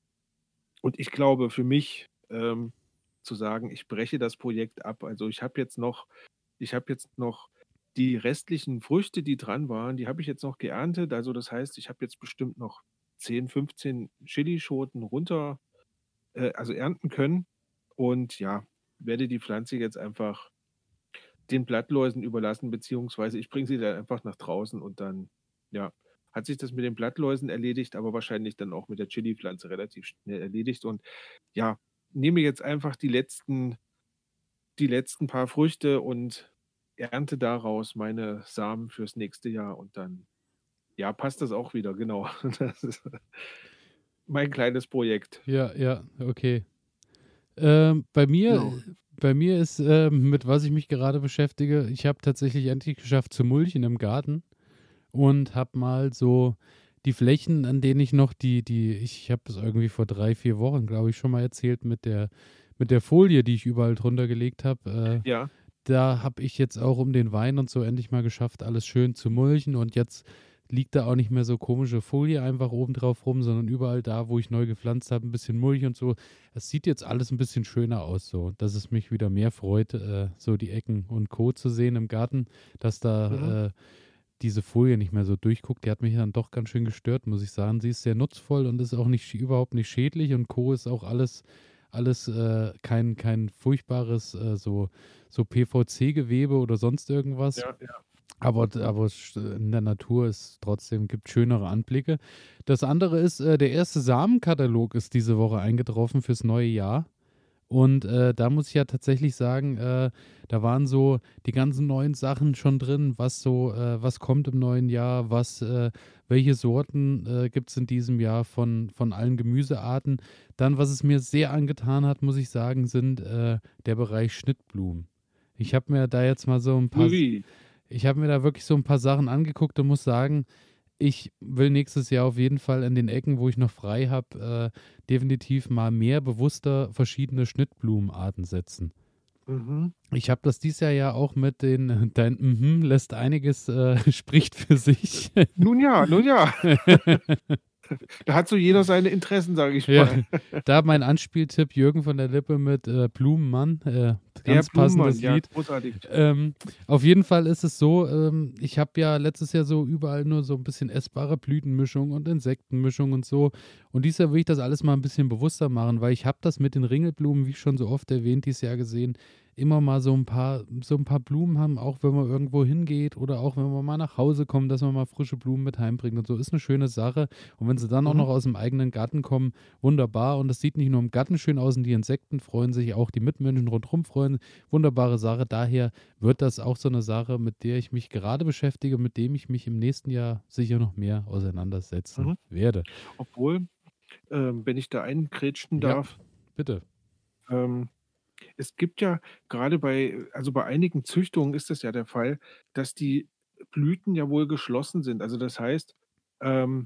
und ich glaube für mich, ähm, zu sagen, ich breche das Projekt ab. Also, ich habe jetzt noch ich habe jetzt noch die restlichen Früchte, die dran waren, die habe ich jetzt noch geerntet. Also, das heißt, ich habe jetzt bestimmt noch zehn, fünfzehn Chilischoten runter, äh, also ernten können und ja, werde die Pflanze jetzt einfach den Blattläusen überlassen, beziehungsweise ich bringe sie dann einfach nach draußen und dann, ja, hat sich das mit den Blattläusen erledigt, aber wahrscheinlich dann auch mit der Chilipflanze relativ schnell erledigt und ja, nehme jetzt einfach die letzten die letzten paar Früchte und ernte daraus meine Samen fürs nächste Jahr und dann, ja, passt das auch wieder, genau. Das ist mein kleines Projekt. Ja, ja, okay. Ähm, bei mir, Genau. bei mir ist, ähm, mit was ich mich gerade beschäftige, ich habe tatsächlich endlich geschafft zu mulchen im Garten und habe mal so die Flächen, an denen ich noch die, die, ich habe es irgendwie vor drei, vier Wochen, glaube ich, schon mal erzählt, mit der, mit der Folie, die ich überall drunter gelegt habe. Äh, Ja, da habe ich jetzt auch um den Wein und so endlich mal geschafft, alles schön zu mulchen und jetzt liegt da auch nicht mehr so komische Folie einfach oben drauf rum, sondern überall da, wo ich neu gepflanzt habe, ein bisschen Mulch und so. Es sieht jetzt alles ein bisschen schöner aus, so, dass es mich wieder mehr freut, äh, so die Ecken und Co. zu sehen im Garten, dass Mhm. da äh, diese Folie nicht mehr so durchguckt. Die hat mich dann doch ganz schön gestört, muss ich sagen. Sie ist sehr nutzvoll und ist auch nicht überhaupt nicht schädlich und Co. ist auch alles, alles äh, kein, kein furchtbares äh, so, so P V C-Gewebe oder sonst irgendwas. Ja, ja. Aber, aber in der Natur ist trotzdem, gibt schönere Anblicke. Das andere ist, äh, der erste Samenkatalog ist diese Woche eingetroffen fürs neue Jahr. Und äh, da muss ich ja tatsächlich sagen, äh, da waren so die ganzen neuen Sachen schon drin, was so, äh, was kommt im neuen Jahr, was, äh, welche Sorten äh, gibt es in diesem Jahr von, von allen Gemüsearten. Dann, was es mir sehr angetan hat, muss ich sagen, sind äh, der Bereich Schnittblumen. Ich habe mir da jetzt mal so ein paar, Ui. ich habe mir da wirklich so ein paar Sachen angeguckt und muss sagen, ich will nächstes Jahr auf jeden Fall in den Ecken, wo ich noch frei habe, äh, definitiv mal mehr bewusster verschiedene Schnittblumenarten setzen. Mhm. Ich habe das dieses Jahr ja auch mit den, dein Mhm lässt einiges, äh, spricht für sich. Nun ja, nun ja. Da hat so jeder seine Interessen, sage ich Ja, mal. da mein Anspieltipp Jürgen von der Lippe mit äh, Blumenmann, äh, Der ganz Blumenmann, passendes ja, Lied. großartig. Ähm, auf jeden Fall ist es so, ähm, ich habe ja letztes Jahr so überall nur so ein bisschen essbare Blütenmischung und Insektenmischung und so. Und dieses Jahr will ich das alles mal ein bisschen bewusster machen, weil ich habe das mit den Ringelblumen, wie schon so oft erwähnt, dieses Jahr gesehen, immer mal so ein paar, so ein paar Blumen haben, auch wenn man irgendwo hingeht oder auch wenn man mal nach Hause kommt, dass man mal frische Blumen mit heimbringt und so. Ist eine schöne Sache. Und wenn sie dann auch Mhm. noch aus dem eigenen Garten kommen, wunderbar. Und es sieht nicht nur im Garten schön aus und die Insekten freuen sich, auch die Mitmenschen rundherum freuen. Wunderbare Sache. Daher wird das auch so eine Sache, mit der ich mich gerade beschäftige, mit dem ich mich im nächsten Jahr sicher noch mehr auseinandersetzen Mhm. werde. Obwohl, ähm, wenn ich da eingrätschen Ja, darf, bitte. ähm, es gibt ja gerade bei also bei einigen Züchtungen ist das ja der Fall, dass die Blüten ja wohl geschlossen sind. Also, das heißt, ähm,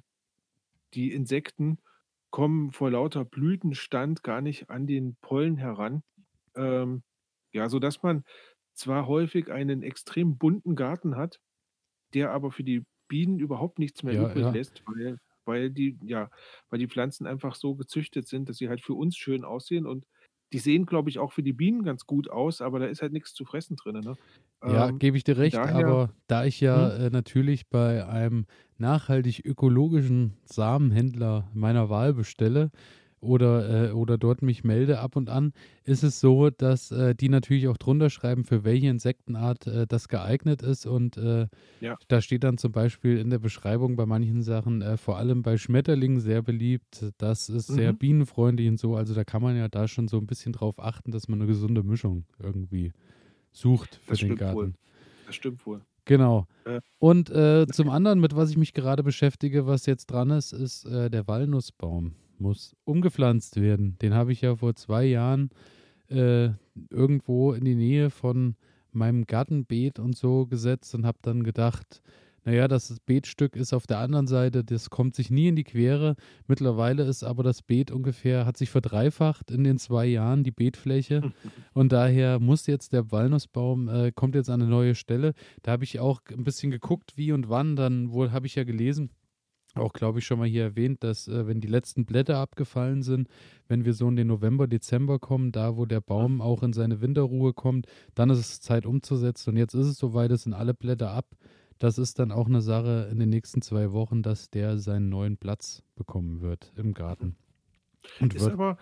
die Insekten kommen vor lauter Blütenstand gar nicht an den Pollen heran. Ähm, ja, sodass man zwar häufig einen extrem bunten Garten hat, der aber für die Bienen überhaupt nichts mehr Ja, übrig ja. lässt, weil weil die ja, weil die Pflanzen einfach so gezüchtet sind, dass sie halt für uns schön aussehen und die sehen, glaube ich, auch für die Bienen ganz gut aus, aber da ist halt nix zu fressen drinnen, ne? Ja, Ähm, gebe ich dir von recht, daher aber da ich ja mhm, äh, natürlich bei einem nachhaltig ökologischen Samenhändler meiner Wahl bestelle oder, äh, oder dort mich melde ab und an, ist es so, dass äh, die natürlich auch drunter schreiben, für welche Insektenart äh, das geeignet ist. Und äh, ja, da steht dann zum Beispiel in der Beschreibung bei manchen Sachen, äh, vor allem bei Schmetterlingen sehr beliebt, das ist sehr mhm, bienenfreundlich und so. Also da kann man ja da schon so ein bisschen drauf achten, dass man eine gesunde Mischung irgendwie sucht für das den stimmt wohl. Garten. Das stimmt wohl. Genau. Äh, Und äh, na zum ja, anderen, mit was ich mich gerade beschäftige, was jetzt dran ist, ist äh, der Walnussbaum. Muss umgepflanzt werden. Den habe ich ja vor zwei Jahren äh, irgendwo in die Nähe von meinem Gartenbeet und so gesetzt und habe dann gedacht, naja, das Beetstück ist auf der anderen Seite, das kommt sich nie in die Quere. Mittlerweile ist aber das Beet ungefähr, hat sich verdreifacht in den zwei Jahren, die Beetfläche. Und daher muss jetzt der Walnussbaum, äh, kommt jetzt an eine neue Stelle. Da habe ich auch ein bisschen geguckt, wie und wann. Dann wohl habe ich ja gelesen, auch glaube ich schon mal hier erwähnt, dass äh, wenn die letzten Blätter abgefallen sind, wenn wir so in den November, Dezember kommen, da wo der mhm, Baum auch in seine Winterruhe kommt, dann ist es Zeit umzusetzen. Und jetzt ist es soweit, es sind alle Blätter ab. Das ist dann auch eine Sache in den nächsten zwei Wochen, dass der seinen neuen Platz bekommen wird im mhm. Garten. Und Ist wird, aber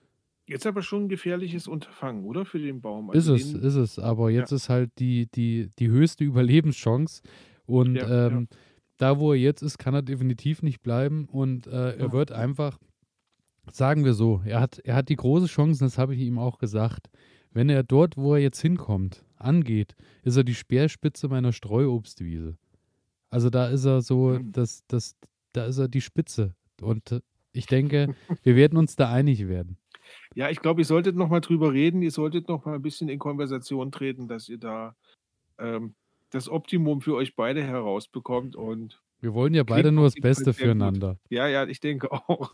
ist aber schon 'n gefährliches Unterfangen, oder, für den Baum? ist Also, es, den ist es. Aber ja, jetzt ist halt die, die, die höchste Überlebenschance. Und ja, ja. ähm, da, wo er jetzt ist, kann er definitiv nicht bleiben. Und äh, er Mhm, wird einfach. Sagen wir so, er hat, er hat die große Chance, das habe ich ihm auch gesagt. Wenn er dort, wo er jetzt hinkommt, angeht, ist er die Speerspitze meiner Streuobstwiese. Also da ist er so, mhm. das, das, da ist er die Spitze. Und äh, ich denke, wir werden uns da einig werden. Ja, ich glaube, ihr solltet noch mal drüber reden. Ihr solltet noch mal 'n bisschen in Konversation treten, dass ihr da, ähm, das Optimum für euch beide herausbekommt und Wir wollen ja beide klingt nur auf das jeden Fall Beste sehr gut. füreinander. Ja, ja, ich denke auch.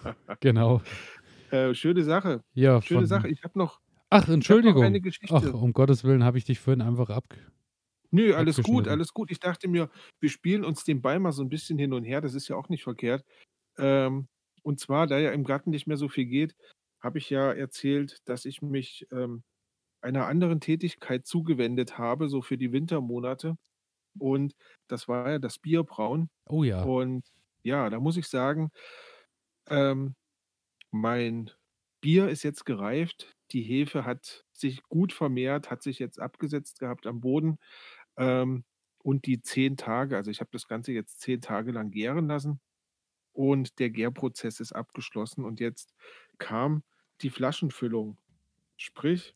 Genau. Äh, schöne Sache. Ja, Schöne von. Sache. Ich habe noch Ach, ich habe noch eine Entschuldigung. Ach, Geschichte. um Gottes Willen habe ich dich vorhin einfach ab. Nö, alles gut, abgeschnitten. alles gut. Ich dachte mir, wir spielen uns den Ball mal so 'n bisschen hin und her, das ist ja auch nicht verkehrt. Ähm, und zwar, da ja im Garten nicht mehr so viel geht, habe ich ja erzählt, dass ich mich, ähm, einer anderen Tätigkeit zugewendet habe, so für die Wintermonate. Und das war ja das Bierbrauen. Oh ja. Und ja, da muss ich sagen, ähm, mein Bier ist jetzt gereift. Die Hefe hat sich gut vermehrt, hat sich jetzt abgesetzt gehabt am Boden. Ähm, und die zehn Tage also, ich habe das Ganze jetzt zehn Tage lang gären lassen und der Gärprozess ist abgeschlossen und jetzt kam die Flaschenfüllung. Sprich,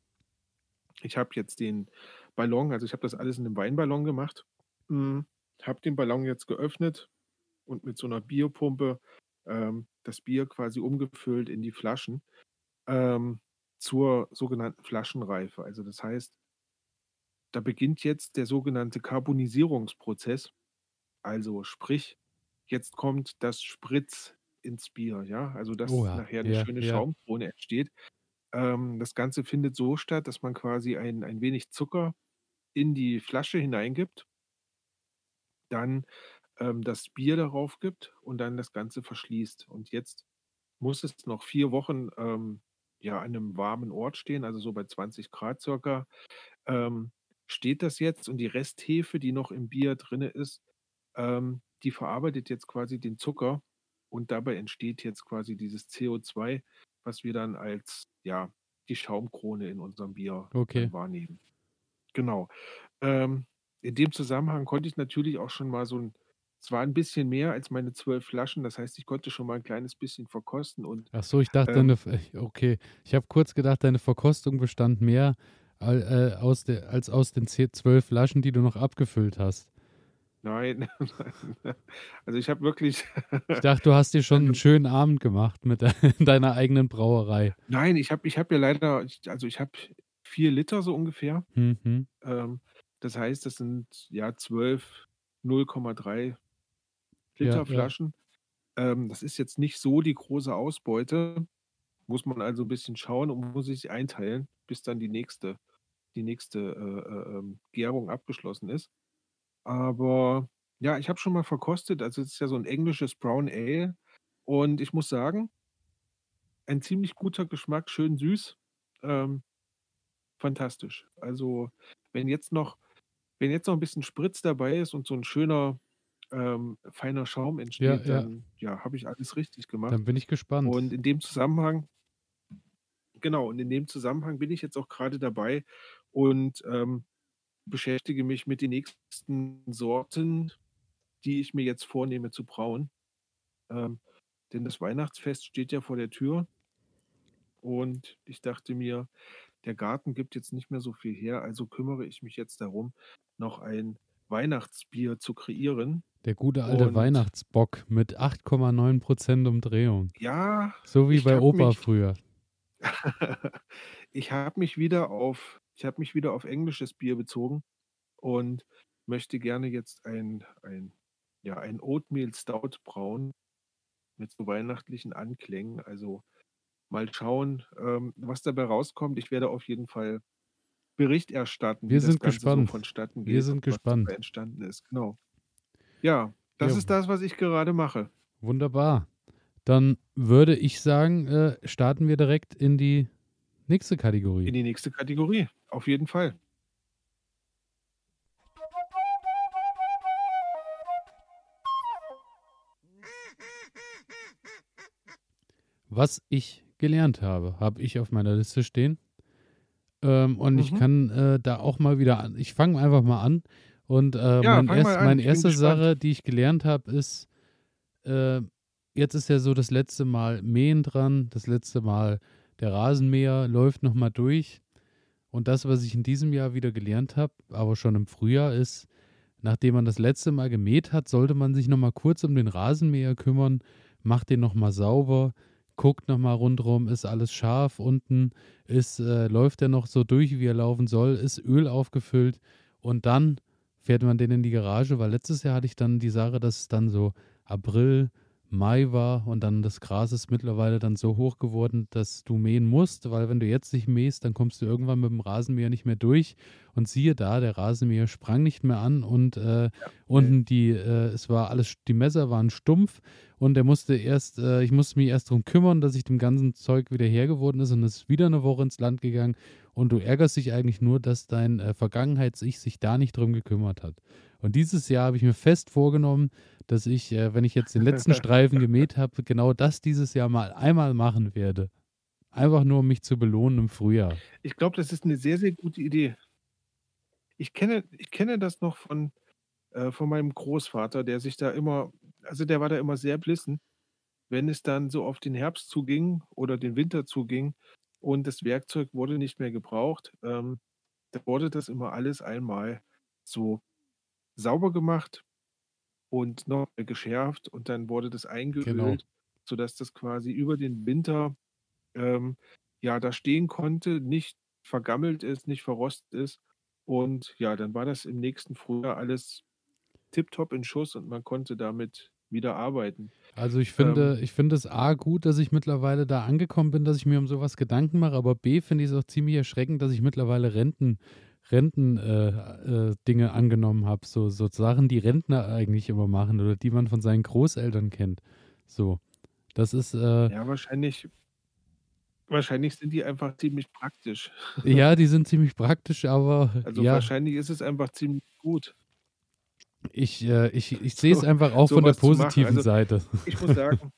ich habe jetzt den Ballon also, ich habe das alles in 'nem Weinballon gemacht, hm, habe den Ballon jetzt geöffnet und mit so 'ner Bierpumpe, ähm, das Bier quasi umgefüllt in die Flaschen, ähm, zur sogenannten Flaschenreife. Also, das heißt, da beginnt jetzt der sogenannte Carbonisierungsprozess. Also, sprich, jetzt kommt das Spritz ins Bier, ja? Also, Oh dass ja. nachher 'ne Ja, schöne ja. Schaumkrone entsteht. Ähm, das Ganze findet so statt, dass man quasi ein ein wenig Zucker in die Flasche hineingibt dann, ähm, das Bier darauf gibt und dann das Ganze verschließt. Und jetzt muss es noch vier Wochen, ähm, ja, an 'nem warmen Ort stehen, also so bei zwanzig Grad circa, ähm, steht das jetzt und die Resthefe, die noch im Bier drinne ist, ähm, die verarbeitet jetzt quasi den Zucker und dabei entsteht jetzt quasi dieses CO zwei, was wir dann als, ja, die Schaumkrone in unserem Bier Okay. dann wahrnehmen. Genau. Ähm, in dem Zusammenhang konnte ich natürlich auch schon mal so 'n es war 'n bisschen mehr als meine zwölf Flaschen, das heißt, ich konnte schon mal 'n kleines bisschen verkosten und, Ach so, ich dachte, deine ähm F äh, okay. Ich habe kurz gedacht, deine Verkostung bestand mehr al äh, aus der als aus den ze zwölf Flaschen, die du noch abgefüllt hast. Nein, nein. Also, ich habe wirklich Ich dachte, du hast dir schon 'n also schönen Abend gemacht mit dei deiner eigenen Brauerei. Nein, ich habe ich habe ja leider ich also, ich habe vier Liter so ungefähr. Mhm. Ähm, das heißt, das sind, ja, zwölf null Komma drei Ja, Liter ja. Flaschen. Ähm, das ist jetzt nicht so die große Ausbeute. Muss man also 'n bisschen schauen und muss sich einteilen, bis dann die nächste die nächste, äh, äh, ähm, Gärung abgeschlossen ist. Aber ja, ich habe schon mal verkostet, also, es ist ja so 'n englisches Brown Ale und ich muss sagen ein ziemlich guter Geschmack, schön süß, ähm, fantastisch. Also, wenn jetzt noch wenn jetzt noch 'n bisschen Spritz dabei ist und so 'n schöner, ähm, feiner Schaum Ja, entsteht, ja. dann, ja, habe ich alles richtig gemacht. Dann bin ich Und gespannt. in dem Zusammenhang genau, und in dem Zusammenhang bin ich jetzt auch grade dabei und, ähm, beschäftige mich mit den nächsten Sorten, die ich mir jetzt vornehme zu brauen. Ähm, denn das Weihnachtsfest steht ja vor der Tür. Und ich dachte mir, der Garten gibt jetzt nicht mehr so viel her, also kümmere ich mich jetzt darum, noch ein Weihnachtsbier zu kreieren. Der gute alte Und Weihnachtsbock mit acht Komma neun Prozent Umdrehung. Ja, So wie ich bei habe Opa mich früher. ich habe mich wieder auf ich habe mich wieder auf englisches Bier bezogen und möchte gerne jetzt ein ein ja, ein Oatmeal Stout brauen mit so weihnachtlichen Anklängen. Also, mal schauen, ähm, was dabei rauskommt. Ich werde auf jeden Fall Bericht erstatten, wie Wir das sind Ganze so gespannt. vonstatten Wir geht und sind was dabei gespannt. entstanden ist, genau. Ja, das Ja. ist das, was ich gerade mache. Wunderbar. Dann würde ich sagen, äh, starten wir direkt in die nächste Kategorie. In die nächste Kategorie, auf jeden Fall. Was ich gelernt habe, habe ich auf meiner Liste stehen. Ähm, und ich Mhm. kann, äh, da auch mal wieder an ich fange einfach mal an und, äh, Ja, mein fang mal erst an, meine ich bin erste gespannt. Sache, die ich gelernt habe, ist, äh, jetzt ist ja so das letzte Mal Mähen dran, das letzte Mal der Rasenmäher läuft noch mal durch. Und das, was ich in diesem Jahr wieder gelernt habe, aber schon im Frühjahr, ist, nachdem man das letzte Mal gemäht hat, sollte man sich noch mal kurz um den Rasenmäher kümmern, macht den noch mal sauber, guckt noch mal rundrum, ist alles scharf unten, ist äh, läuft der noch so durch, wie er laufen soll, ist Öl aufgefüllt und dann fährt man den in die Garage, weil letztes Jahr hatte ich dann die Sache, dass es dann so April, Mai war und dann das Gras ist mittlerweile dann so hoch geworden, dass du mähen musst, weil wenn du jetzt nicht mähst, dann kommst du irgendwann mit dem Rasenmäher nicht mehr durch. Und siehe da, der Rasenmäher sprang nicht mehr an und äh, Ne. unten die, äh, es war alles, die Messer waren stumpf und der musste erst, äh, ich musste mich erst darum kümmern, dass sich dem ganzen Zeug wieder her geworden ist und es ist wieder eine Woche ins Land gegangen und du ärgerst dich eigentlich nur, dass dein äh, Vergangenheits-Ich sich da nicht drum gekümmert hat. Und dieses Jahr habe ich mir fest vorgenommen, dass ich, äh, wenn ich jetzt den letzten Streifen gemäht habe, genau das dieses Jahr mal einmal machen werde. Einfach nur, um mich zu belohnen im Frühjahr. Ich glaube, das ist 'ne sehr, sehr gute Idee. Ich kenne ich kenne das noch von äh, von meinem Großvater, der sich da immer also, der war da immer sehr belissen, wenn es dann so auf den Herbst zuging oder den Winter zuging und das Werkzeug wurde nicht mehr gebraucht, ähm, da wurde das immer alles einmal so sauber gemacht und noch mal geschärft und dann wurde das Genau. eingeölt, sodass das quasi über den Winter, ähm, ja, da stehen konnte, nicht vergammelt ist, nicht verrostet ist. Und ja, dann war das im nächsten Frühjahr alles tipptopp in Schuss und man konnte damit wieder arbeiten. Also ich Ähm, finde, ich finde es A gut, dass ich mittlerweile da angekommen bin, dass ich mir um sowas Gedanken mache, aber B finde ich es auch ziemlich erschreckend, dass ich mittlerweile Renten, Renten äh, äh, Dinge angenommen habe. So, so Sachen, die Rentner eigentlich immer machen oder die man von seinen Großeltern kennt. So, das ist, äh, ja, wahrscheinlich wahrscheinlich sind die einfach ziemlich praktisch. ja, die sind ziemlich praktisch, aber Also, ja, wahrscheinlich ist es einfach ziemlich gut, ich, äh, ich, ich sehe es so einfach auch so von der was zu machen. positiven Also, Seite. ich muss sagen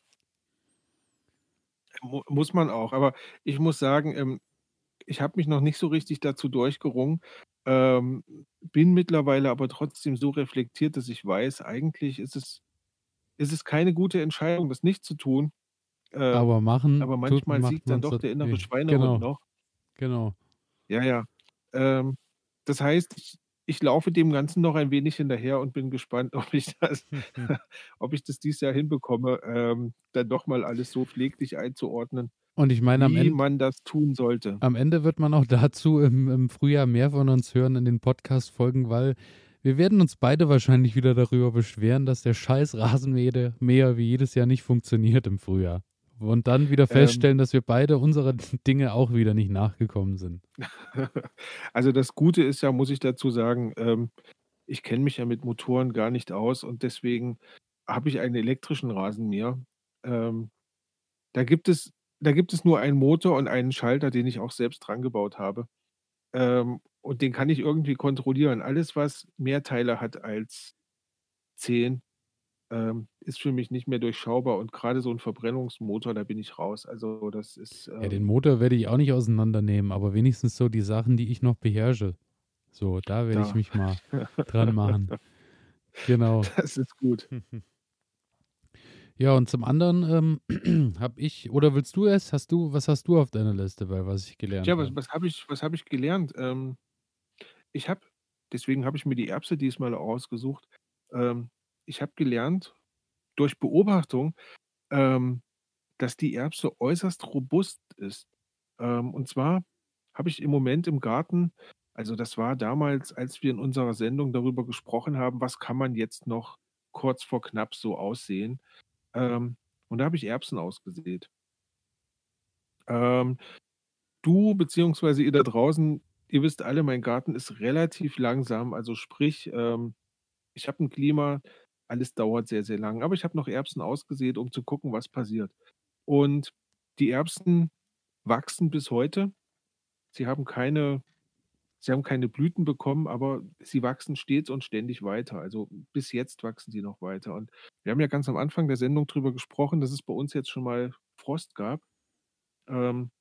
mu muss man auch, aber ich muss sagen, ähm, ich habe mich noch nicht so richtig dazu durchgerungen, ähm, bin mittlerweile aber trotzdem so reflektiert, dass ich weiß, eigentlich ist es ist es keine gute Entscheidung, das nicht zu tun. Ähm, Aber machen aber tut manchmal macht siegt dann man doch so. der innere Ne, Schweinehund genau, noch. genau. Ja, ja. Ähm, das heißt, ich ich laufe dem Ganzen noch ein wenig hinterher und bin gespannt, ob ich das ob ich das dieses Jahr hinbekomme, ähm, dann doch mal alles so pfleglich einzuordnen, Und ich meine, am wie Ende man das tun sollte. am Ende wird man auch dazu im im Frühjahr mehr von uns hören in den Podcast-Folgen, weil wir werden uns beide wahrscheinlich wieder darüber beschweren, dass der scheiß Rasenmäher Mäher wie jedes Jahr nicht funktioniert im Frühjahr. Und dann wieder Ähm, feststellen, dass wir beide unserer Dinge auch wieder nicht nachgekommen sind. also, das Gute ist ja, muss ich dazu sagen, ähm, ich kenne mich ja mit Motoren gar nicht aus und deswegen habe ich einen elektrischen Rasenmäher. Ähm, da gibt es da gibt es nur einen Motor und einen Schalter, den ich auch selbst dran gebaut habe. Ähm, und den kann ich irgendwie kontrollieren. Alles, was mehr Teile hat als zehn, ähm, ist für mich nicht mehr durchschaubar und grade so 'n Verbrennungsmotor, da bin ich raus. Also, das ist, Ja, den ähm Motor werde ich auch nicht auseinandernehmen, aber wenigstens so die Sachen, die ich noch beherrsche. So, da werde ich da mich mal dran machen. Genau. das ist gut. Ja, und zum anderen, ähm, habe ich oder willst du es? Hast du was hast du auf deiner Liste, bei was ich gelernt Tja, was habe? was habe ich was habe ich gelernt? Ähm, ich habe deswegen habe ich mir die Erbse diesmal ausgesucht. Ähm, ich habe gelernt durch Beobachtung, ähm, dass die Erbse äußerst robust ist. Ähm, und zwar habe ich im Moment im Garten also, das war damals, als wir in unserer Sendung darüber gesprochen haben, was kann man jetzt noch kurz vor knapp so aussehen? Ähm, und da habe ich Erbsen ausgesät. Ähm, du beziehungsweise ihr da draußen, ihr wisst alle, mein Garten ist relativ langsam, also sprich, ähm, ich habe 'n Klima, alles dauert sehr, sehr lang, aber ich habe noch Erbsen ausgesät, um zu gucken, was passiert. Und die Erbsen wachsen bis heute. Sie haben keine sie haben keine Blüten bekommen, aber sie wachsen stets und ständig weiter. Also, bis jetzt wachsen sie noch weiter. Und wir haben ja ganz am Anfang der Sendung drüber gesprochen, dass es bei uns jetzt schon mal Frost gab. Ähm,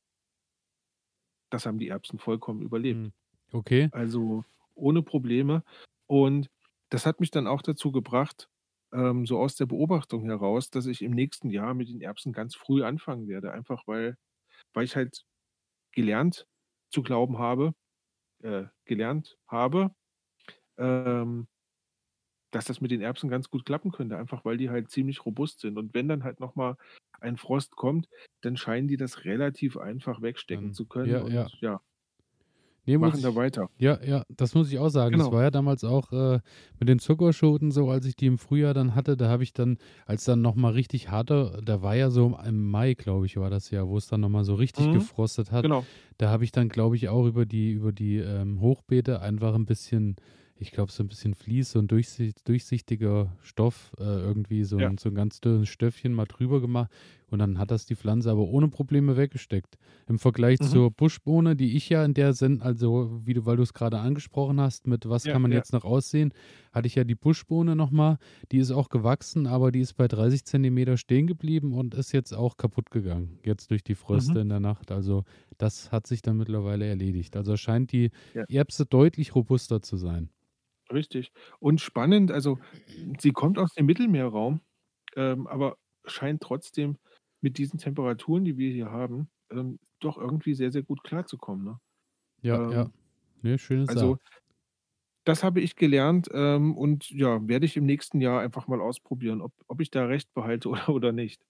das haben die Erbsen vollkommen überlebt. Hm, okay. Also, ohne Probleme. Und das hat mich dann auch dazu gebracht, ähm, so aus der Beobachtung heraus, dass ich im nächsten Jahr mit den Erbsen ganz früh anfangen werde, einfach weil weil ich halt gelernt zu glauben habe äh, gelernt habe, ähm, dass das mit den Erbsen ganz gut klappen könnte, einfach weil die halt ziemlich robust sind. Und wenn dann halt noch mal ein Frost kommt, dann scheinen die das relativ einfach wegstecken Dann zu können ja, ja. und ja. Ne, muss machen da ich weiter. ja, ja, das muss ich auch sagen. Das Genau. war ja damals auch, äh, mit den Zuckerschoten so, als ich die im Frühjahr dann hatte, da habe ich dann als dann noch mal richtig harte da war ja so im Mai, glaube ich, war das ja, wo es dann noch mal so richtig Mhm. gefrostet hat. Genau. Da habe ich dann, glaube ich, auch über die über die, ähm, Hochbeete einfach ein bisschen ich glaube, so ein bisschen Vlies, so 'n durchsicht durchsichtiger Stoff, äh, irgendwie so Ja. ein so 'n ganz dünnes Stöffchen mal drüber gemacht und dann hat das die Pflanze aber ohne Probleme weggesteckt. Im Vergleich Mhm. zur Buschbohne, die ich ja in der Sen also, wie du weil du es gerade angesprochen hast, mit was Ja, kann man ja. jetzt noch aussehen, hatte ich ja die Buschbohne noch mal. Die ist auch gewachsen, aber die ist bei dreißig Zentimeter stehen geblieben und ist jetzt auch kaputt gegangen, jetzt durch die Mhm. Fröste in der Nacht. Also, das hat sich dann mittlerweile erledigt. Also, scheint die Ja, Erbse deutlich robuster zu sein. richtig. Und spannend, also, sie kommt aus dem Mittelmeerraum, ähm, aber scheint trotzdem mit diesen Temperaturen, die wir hier haben, ähm, doch irgendwie sehr, sehr gut klarzukommen, ne? Ja, ja. Ähm, Ne, schöne Sache. also, das habe ich gelernt, ähm, und ja, werde ich im nächsten Jahr einfach mal ausprobieren, ob ob ich da recht behalte oder oder nicht.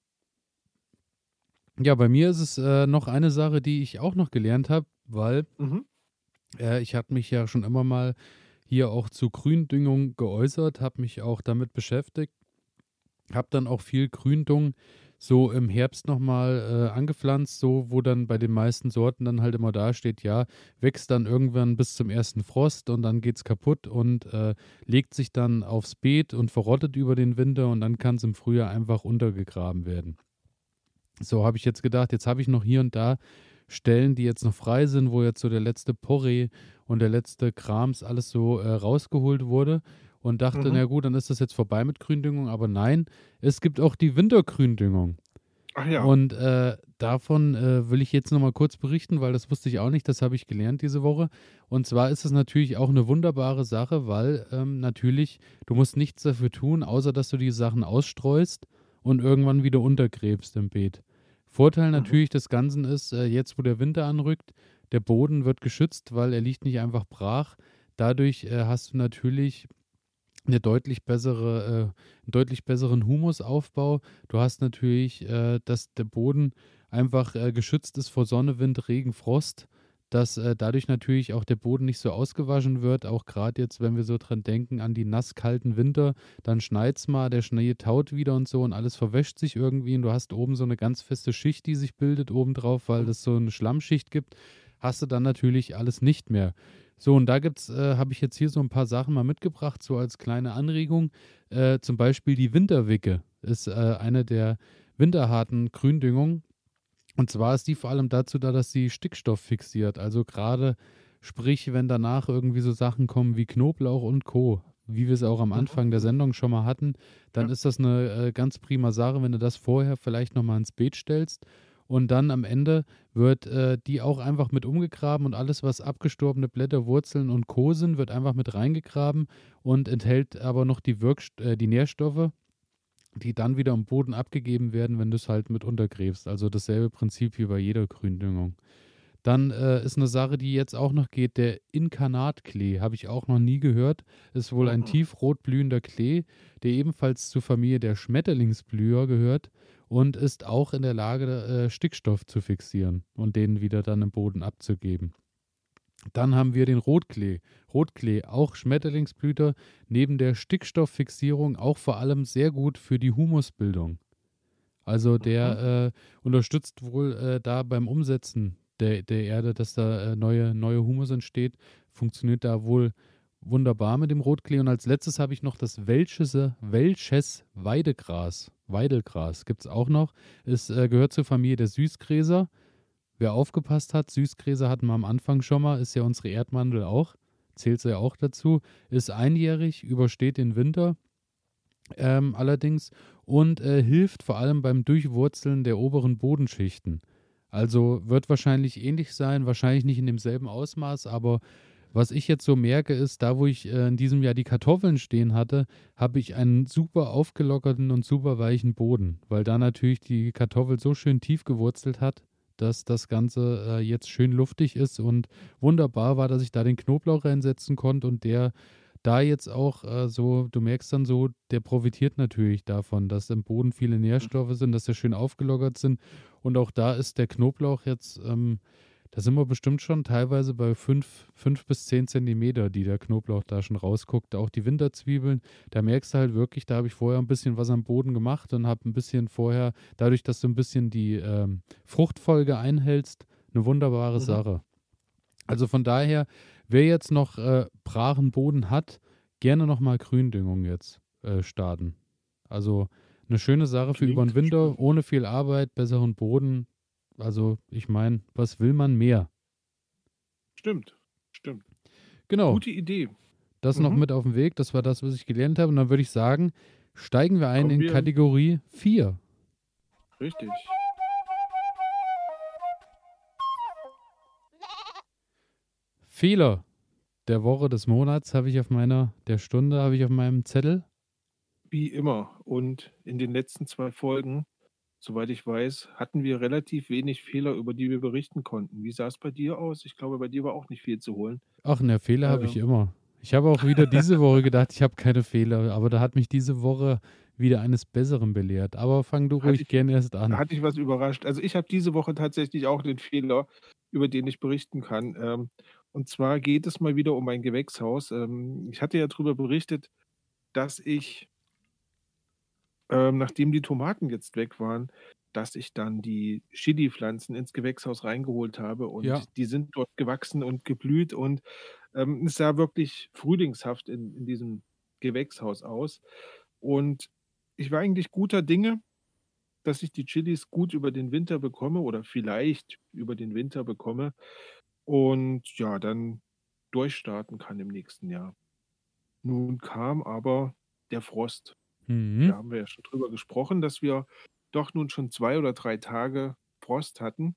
Ja, bei mir ist es, äh, noch eine Sache, die ich auch noch gelernt habe, weil, Mhm. äh, ich hatte mich ja schon immer mal hier auch zu Gründüngung geäußert, habe mich auch damit beschäftigt, habe dann auch viel Gründung so im Herbst noch mal, äh, angepflanzt, so wo dann bei den meisten Sorten dann halt immer dasteht, ja, wächst dann irgendwann bis zum ersten Frost und dann geht's kaputt und, äh, legt sich dann aufs Beet und verrottet über den Winter und dann kann's im Frühjahr einfach untergegraben werden. So habe ich jetzt gedacht, jetzt habe ich noch hier und da Stellen, die jetzt noch frei sind, wo jetzt so der letzte Porree und der letzte Krams alles so, äh, rausgeholt wurde und dachte: Mhm. „Na gut, dann ist das jetzt vorbei mit Gründüngung." Aber nein, es gibt auch die Wintergründüngung. Ach ja. Und, äh, davon, äh, will ich jetzt noch mal kurz berichten, weil das wusste ich auch nicht, das habe ich gelernt diese Woche. Und zwar ist es natürlich auch eine wunderbare Sache, weil, ähm, natürlich du musst nichts dafür tun, außer dass du die Sachen ausstreust und irgendwann wieder untergräbst im Beet. Vorteil Mhm. natürlich des Ganzen ist, äh, jetzt, wo der Winter anrückt, der Boden wird geschützt, weil er liegt nicht einfach brach. Dadurch, äh, hast du natürlich 'ne deutlich bessere äh, 'n deutlich besseren Humusaufbau. Du hast natürlich, äh, dass der Boden einfach, äh, geschützt ist vor Sonne, Wind, Regen, Frost, dass, äh, dadurch natürlich auch der Boden nicht so ausgewaschen wird. Auch gerade jetzt, wenn wir so dran denken an die nasskalten Winter, dann schneit's mal, der Schnee taut wieder und so und alles verwäscht sich irgendwie und du hast oben so eine ganz feste Schicht, die sich bildet obendrauf, weil Mhm. es so eine Schlammschicht gibt, hast du dann natürlich alles nicht mehr. So, und da gibt's äh, habe ich jetzt hier so ein paar Sachen mal mitgebracht, so als kleine Anregung. Äh, zum Beispiel die Winterwicke ist, äh, eine der winterharten Gründüngungen. Und zwar ist die vor allem dazu da, dass sie Stickstoff fixiert. Also gerade, sprich, wenn danach irgendwie so Sachen kommen wie Knoblauch und Co., wie wir es auch am Mhm. Anfang der Mhm. Sendung schon mal hatten, dann Ja. ist das eine äh, ganz prima Sache, wenn du das vorher vielleicht noch mal ins Beet stellst. Und dann am Ende wird, äh, die auch einfach mit umgegraben und alles, was abgestorbene Blätter, Wurzeln und Co. sind, wird einfach mit reingegraben und enthält aber noch die Wirkst äh, die Nährstoffe, die dann wieder im Boden abgegeben werden, wenn du es halt mit untergräbst. Also dasselbe Prinzip wie bei jeder Gründüngung. Dann, äh, ist eine Sache, die jetzt auch noch geht, der Inkarnatklee, habe ich auch noch nie gehört. Ist wohl ein Mhm. tiefrot blühender Klee, der ebenfalls zur Familie der Schmetterlingsblüher gehört und ist auch in der Lage, äh, Stickstoff zu fixieren und den wieder dann im Boden abzugeben. Dann haben wir den Rotklee. Rotklee, auch Schmetterlingsblüter, neben der Stickstofffixierung auch vor allem sehr gut für die Humusbildung. Also Mhm. der äh, unterstützt wohl äh, da beim Umsetzen der, der Erde, dass da äh, neue, neue Humus entsteht, funktioniert da wohl wunderbar mit dem Rotklee. Und als letztes habe ich noch das Welschese, Welsches Weidegras. Weidelgras gibt es auch noch. Es äh, gehört zur Familie der Süßgräser. Wer aufgepasst hat, Süßgräser hatten wir am Anfang schon mal, ist ja unsere Erdmandel auch, zählt sie ja auch dazu, ist einjährig, übersteht den Winter ähm, allerdings und äh, hilft vor allem beim Durchwurzeln der oberen Bodenschichten. Also wird wahrscheinlich ähnlich sein, wahrscheinlich nicht in demselben Ausmaß, aber was ich jetzt so merke, ist, da wo ich äh, in diesem Jahr die Kartoffeln stehen hatte, habe ich einen super aufgelockerten und super weichen Boden, weil da natürlich die Kartoffel so schön tief gewurzelt hat, dass das Ganze äh, jetzt schön luftig ist und wunderbar war, dass ich da den Knoblauch reinsetzen konnte und der da jetzt auch äh, so, du merkst dann so, der profitiert natürlich davon, dass im Boden viele Mhm. Nährstoffe sind, dass sie schön aufgelockert sind und auch da ist der Knoblauch jetzt ähm, Da sind wir bestimmt schon teilweise bei fünf fünf bis zehn Zentimeter, die der Knoblauch da schon rausguckt. Auch die Winterzwiebeln, da merkst du halt wirklich, da habe ich vorher ein bisschen was am Boden gemacht und habe ein bisschen vorher, dadurch, dass du ein bisschen die ähm, Fruchtfolge einhältst, eine wunderbare Mhm. Sache. Also von daher, wer jetzt noch äh, brachen Boden hat, gerne nochmal Gründüngung jetzt äh, starten. Also eine schöne Sache für über Klingt den Winter, spannend. ohne viel Arbeit, besseren Boden. Also ich meine, was will man mehr? Stimmt, stimmt. Genau, Gute Idee. das noch Mhm. mit auf dem Weg, das war das, was ich gelernt habe. Und dann würde ich sagen, steigen wir ein Kommen in wir Kategorie vier. richtig. Fehler der Woche, des Monats habe ich auf meiner, der Stunde habe ich auf meinem Zettel. Wie immer. Und in den letzten zwei Folgen, soweit ich weiß, hatten wir relativ wenig Fehler, über die wir berichten konnten. Wie sah es bei dir aus? Ich glaube, bei dir war auch nicht viel zu holen. Ach, ne, Fehler habe ich Ähm, immer. Ich habe auch wieder diese Woche gedacht, ich habe keine Fehler, aber da hat mich diese Woche wieder eines Besseren belehrt. Aber fang du hatte ruhig ich gern erst an. hatte ich was überrascht. Also, ich habe diese Woche tatsächlich auch den Fehler, über den ich berichten kann. Ähm, und zwar geht es mal wieder um ein Gewächshaus. Ähm, ich hatte ja darüber berichtet, dass ich, ähm, nachdem die Tomaten jetzt weg waren, dass ich dann die Chilipflanzen ins Gewächshaus reingeholt habe Ja, und die sind dort gewachsen und geblüht und, ähm, es sah wirklich frühlingshaft in in diesem Gewächshaus aus. Und ich war eigentlich guter Dinge, dass ich die Chilis gut über den Winter bekomme oder vielleicht über den Winter bekomme und ja, dann durchstarten kann im nächsten Jahr. Nun kam aber der Frost. mhm. Da haben wir ja schon drüber gesprochen, dass wir doch nun schon zwei oder drei Tage Frost hatten.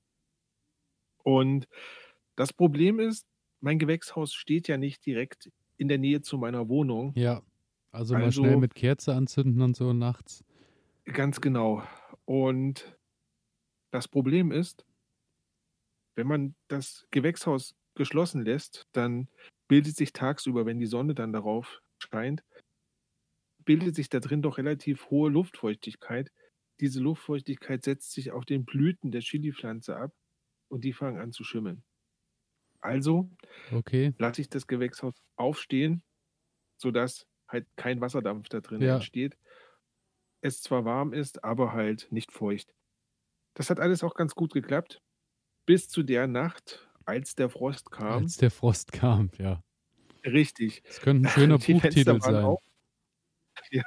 Und das Problem ist, mein Gewächshaus steht ja nicht direkt in der Nähe zu meiner Wohnung. Ja. Also mal schnell Also mit Kerze anzünden und so nachts. ganz genau. Und das Problem ist, wenn man das Gewächshaus geschlossen lässt, dann bildet sich tagsüber, wenn die Sonne dann darauf scheint, bildet sich da drin doch relativ hohe Luftfeuchtigkeit. Diese Luftfeuchtigkeit setzt sich auf den Blüten der Chilipflanze ab und die fangen an zu schimmeln. Also Okay. lasse ich das Gewächshaus aufstehen, sodass halt kein Wasserdampf da drin Ja. entsteht. Es zwar warm ist, aber halt nicht feucht. Das hat alles auch ganz gut geklappt, bis zu der Nacht, als der Frost kam. Als der Frost kam, ja. Richtig. Das könnte ein schöner Die Fenster Buchtitel waren sein. auf. Ja.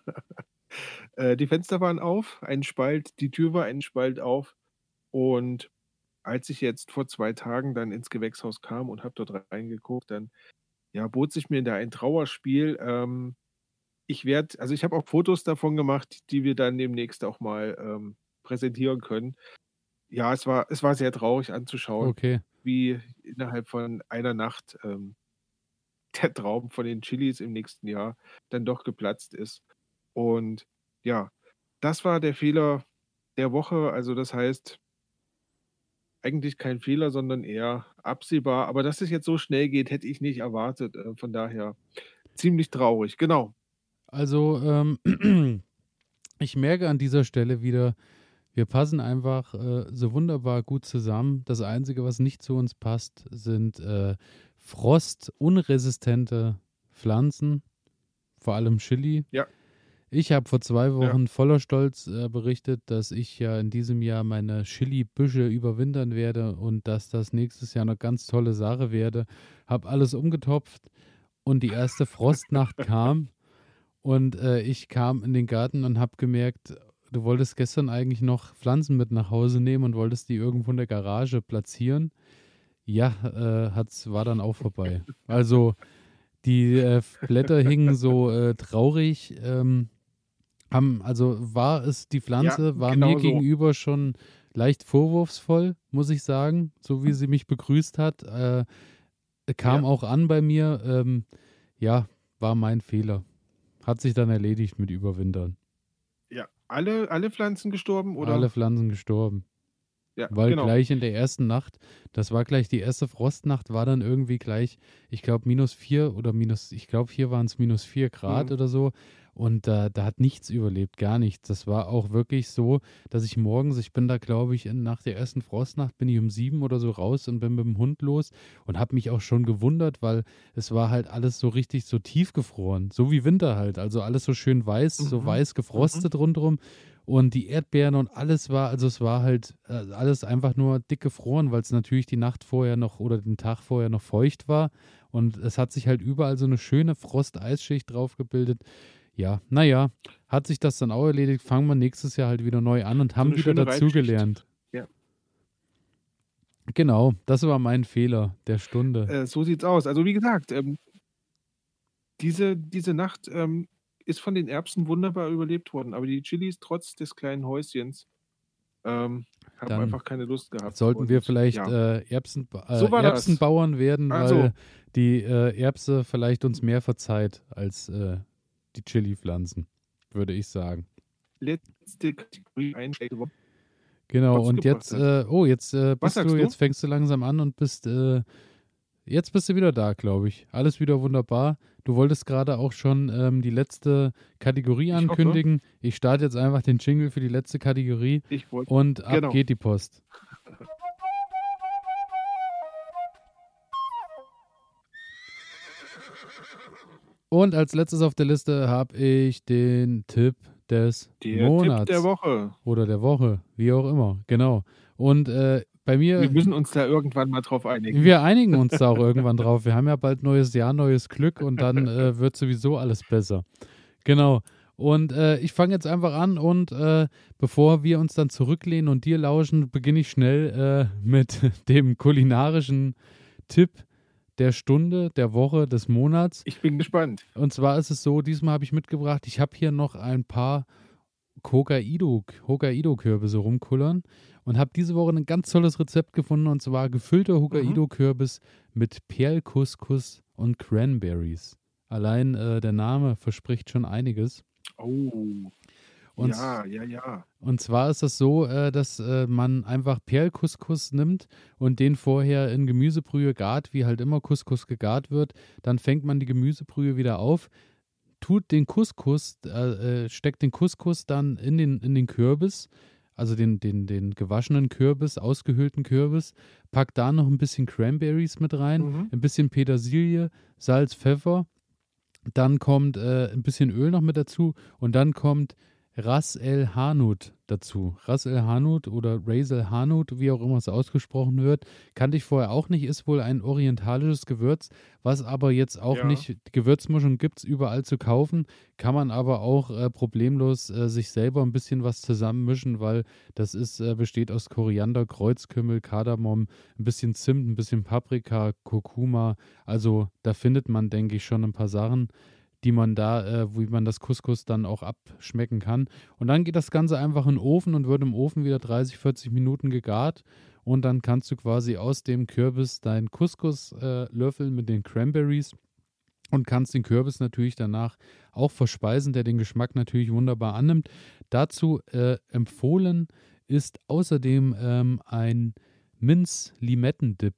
Äh, die Fenster waren auf, ein Spalt, die Tür war ein Spalt auf. Und als ich jetzt vor zwei Tagen dann ins Gewächshaus kam und habe dort reingeguckt, dann, ja, bot sich mir da ein Trauerspiel. Ähm, ich werde also, ich habe auch Fotos davon gemacht, die wir dann demnächst auch mal, ähm, präsentieren können. Ja, es war es war sehr traurig anzuschauen, Okay. wie innerhalb von einer Nacht, ähm, der Traum von den Chilis im nächsten Jahr dann doch geplatzt ist. Und ja, das war der Fehler der Woche. Also, das heißt, eigentlich kein Fehler, sondern eher absehbar. Aber dass es jetzt so schnell geht, hätte ich nicht erwartet. Äh, von daher ziemlich traurig. Genau. Also, ähm, ich merke an dieser Stelle wieder, wir passen einfach äh, so wunderbar gut zusammen. Das Einzige, was nicht zu uns passt, sind äh, frostunresistente Pflanzen, vor allem Chili. Ja, Ich habe vor zwei ja. Wochen voller Stolz äh, berichtet, dass ich ja in diesem Jahr meine Chili-Büsche überwintern werde und dass das nächstes Jahr eine ganz tolle Sache werde. Habe alles umgetopft und die erste Frostnacht kam und äh, ich kam in den Garten und habe gemerkt, du wolltest gestern eigentlich noch Pflanzen mit nach Hause nehmen und wolltest die irgendwo in der Garage platzieren. Ja, äh, hat's, war dann auch vorbei. Also die äh, Blätter hingen so äh, traurig. Ähm, haben, also war es, die Ja, Pflanze war mir genau so. gegenüber schon leicht vorwurfsvoll, muss ich sagen, so wie sie mich begrüßt hat. Äh, kam Ja, auch an bei mir. Ähm, ja, war mein Fehler. Hat sich dann erledigt mit Überwintern. ja. Alle alle Pflanzen gestorben Alle oder? Pflanzen gestorben. Ja, Weil genau. gleich in der ersten Nacht, das war gleich die erste Frostnacht, war dann irgendwie gleich, ich glaube, minus vier oder minus, ich glaube, hier waren es minus vier Grad Mhm. oder so. Und da, da hat nichts überlebt, gar nichts. Das war auch wirklich so, dass ich morgens, ich bin da, glaube ich, in, nach der ersten Frostnacht, bin ich um sieben oder so raus und bin mit dem Hund los und habe mich auch schon gewundert, weil es war halt alles so richtig so tiefgefroren, so wie Winter halt. Also alles so schön weiß, so Mhm. weiß Mhm. gefrostet rundherum. Und die Erdbeeren und alles war, also es war halt äh, alles einfach nur dick gefroren, weil es natürlich die Nacht vorher noch oder den Tag vorher noch feucht war. Und es hat sich halt überall so eine schöne Frost-Eisschicht drauf gebildet. Ja, naja, hat sich das dann auch erledigt, fangen wir nächstes Jahr halt wieder neu an und So haben eine wieder schöne Reibschicht. dazugelernt. Ja. Genau, das war mein Fehler der Stunde. Äh, so sieht's aus. Also, wie gesagt, ähm diese diese Nacht, ähm, ist von den Erbsen wunderbar überlebt worden, aber die Chilis trotz des kleinen Häuschens, ähm, haben Dann einfach keine Lust gehabt sollten wir und vielleicht ja, äh, Erbsen, so äh, war das. Erbsenbauern werden, Also, weil die äh, Erbse vielleicht uns mehr verzeiht als äh, die Chili-Pflanzen, würde ich sagen. letzte Kategorie einsteigen, Genau, was und gebracht jetzt, hat. äh, oh, jetzt äh, Was bist du, sagst du? jetzt fängst du langsam an und bist, äh, jetzt bist du wieder da, glaube ich. Alles wieder wunderbar. Du wolltest gerade auch schon ähm, die letzte Kategorie Ich hoffe, ankündigen. Ich starte jetzt einfach den Jingle für die letzte Kategorie ich wollte und ab genau. geht die Post. Und als letztes auf der Liste habe ich den Tipp des Der Tipp der Monats Woche. oder der Woche, wie auch immer. Genau. Und äh, bei Wir mir, müssen uns da irgendwann mal drauf einigen. wir einigen uns da auch irgendwann drauf. Wir haben ja bald neues Jahr, neues Glück und dann äh, wird sowieso alles besser. Genau. Und äh, ich fange jetzt einfach an und äh, bevor wir uns dann zurücklehnen und dir lauschen, beginne ich schnell äh, mit dem kulinarischen Tipp der Stunde, der Woche, des Monats. Ich bin gespannt. Und zwar ist es so, diesmal habe ich mitgebracht, ich habe hier noch ein paar Hokkaido, Hokkaido-Kürbisse rumkullern und habe diese Woche ein ganz tolles Rezept gefunden und zwar gefüllter Mhm. Hokkaido-Kürbis mit Perlcouscous und Cranberries. Allein äh, der Name verspricht schon einiges. Oh, Und, ja, ja, ja. und zwar ist das so, äh, dass äh, man einfach Perlcouscous nimmt und den vorher in Gemüsebrühe gart, wie halt immer Couscous gegart wird. Dann fängt man die Gemüsebrühe wieder auf, tut den Couscous, äh, äh, steckt den Couscous dann in den, in den Kürbis, also den, den, den gewaschenen Kürbis, ausgehöhlten Kürbis, packt da noch ein bisschen Cranberries mit rein, Mhm. ein bisschen Petersilie, Salz, Pfeffer, dann kommt äh, ein bisschen Öl noch mit dazu und dann kommt Ras El Hanout dazu. Ras El Hanout oder Ras El Hanout, wie auch immer es ausgesprochen wird, kannte ich vorher auch nicht, ist wohl ein orientalisches Gewürz, was aber jetzt auch Ja. nicht, die Gewürzmischung gibt es überall zu kaufen, kann man aber auch äh, problemlos äh, sich selber ein bisschen was zusammenmischen, weil das ist, äh, besteht aus Koriander, Kreuzkümmel, Kardamom, ein bisschen Zimt, ein bisschen Paprika, Kurkuma, also da findet man, denke ich, schon ein paar Sachen, die man da, äh, wie man das Couscous dann auch abschmecken kann. Und dann geht das Ganze einfach in den Ofen und wird im Ofen wieder dreißig, vierzig Minuten gegart. Und dann kannst du quasi aus dem Kürbis deinen Couscous äh, löffeln mit den Cranberries und kannst den Kürbis natürlich danach auch verspeisen, der den Geschmack natürlich wunderbar annimmt. Dazu äh, empfohlen ist außerdem ähm, ein Minz-Limetten-Dip,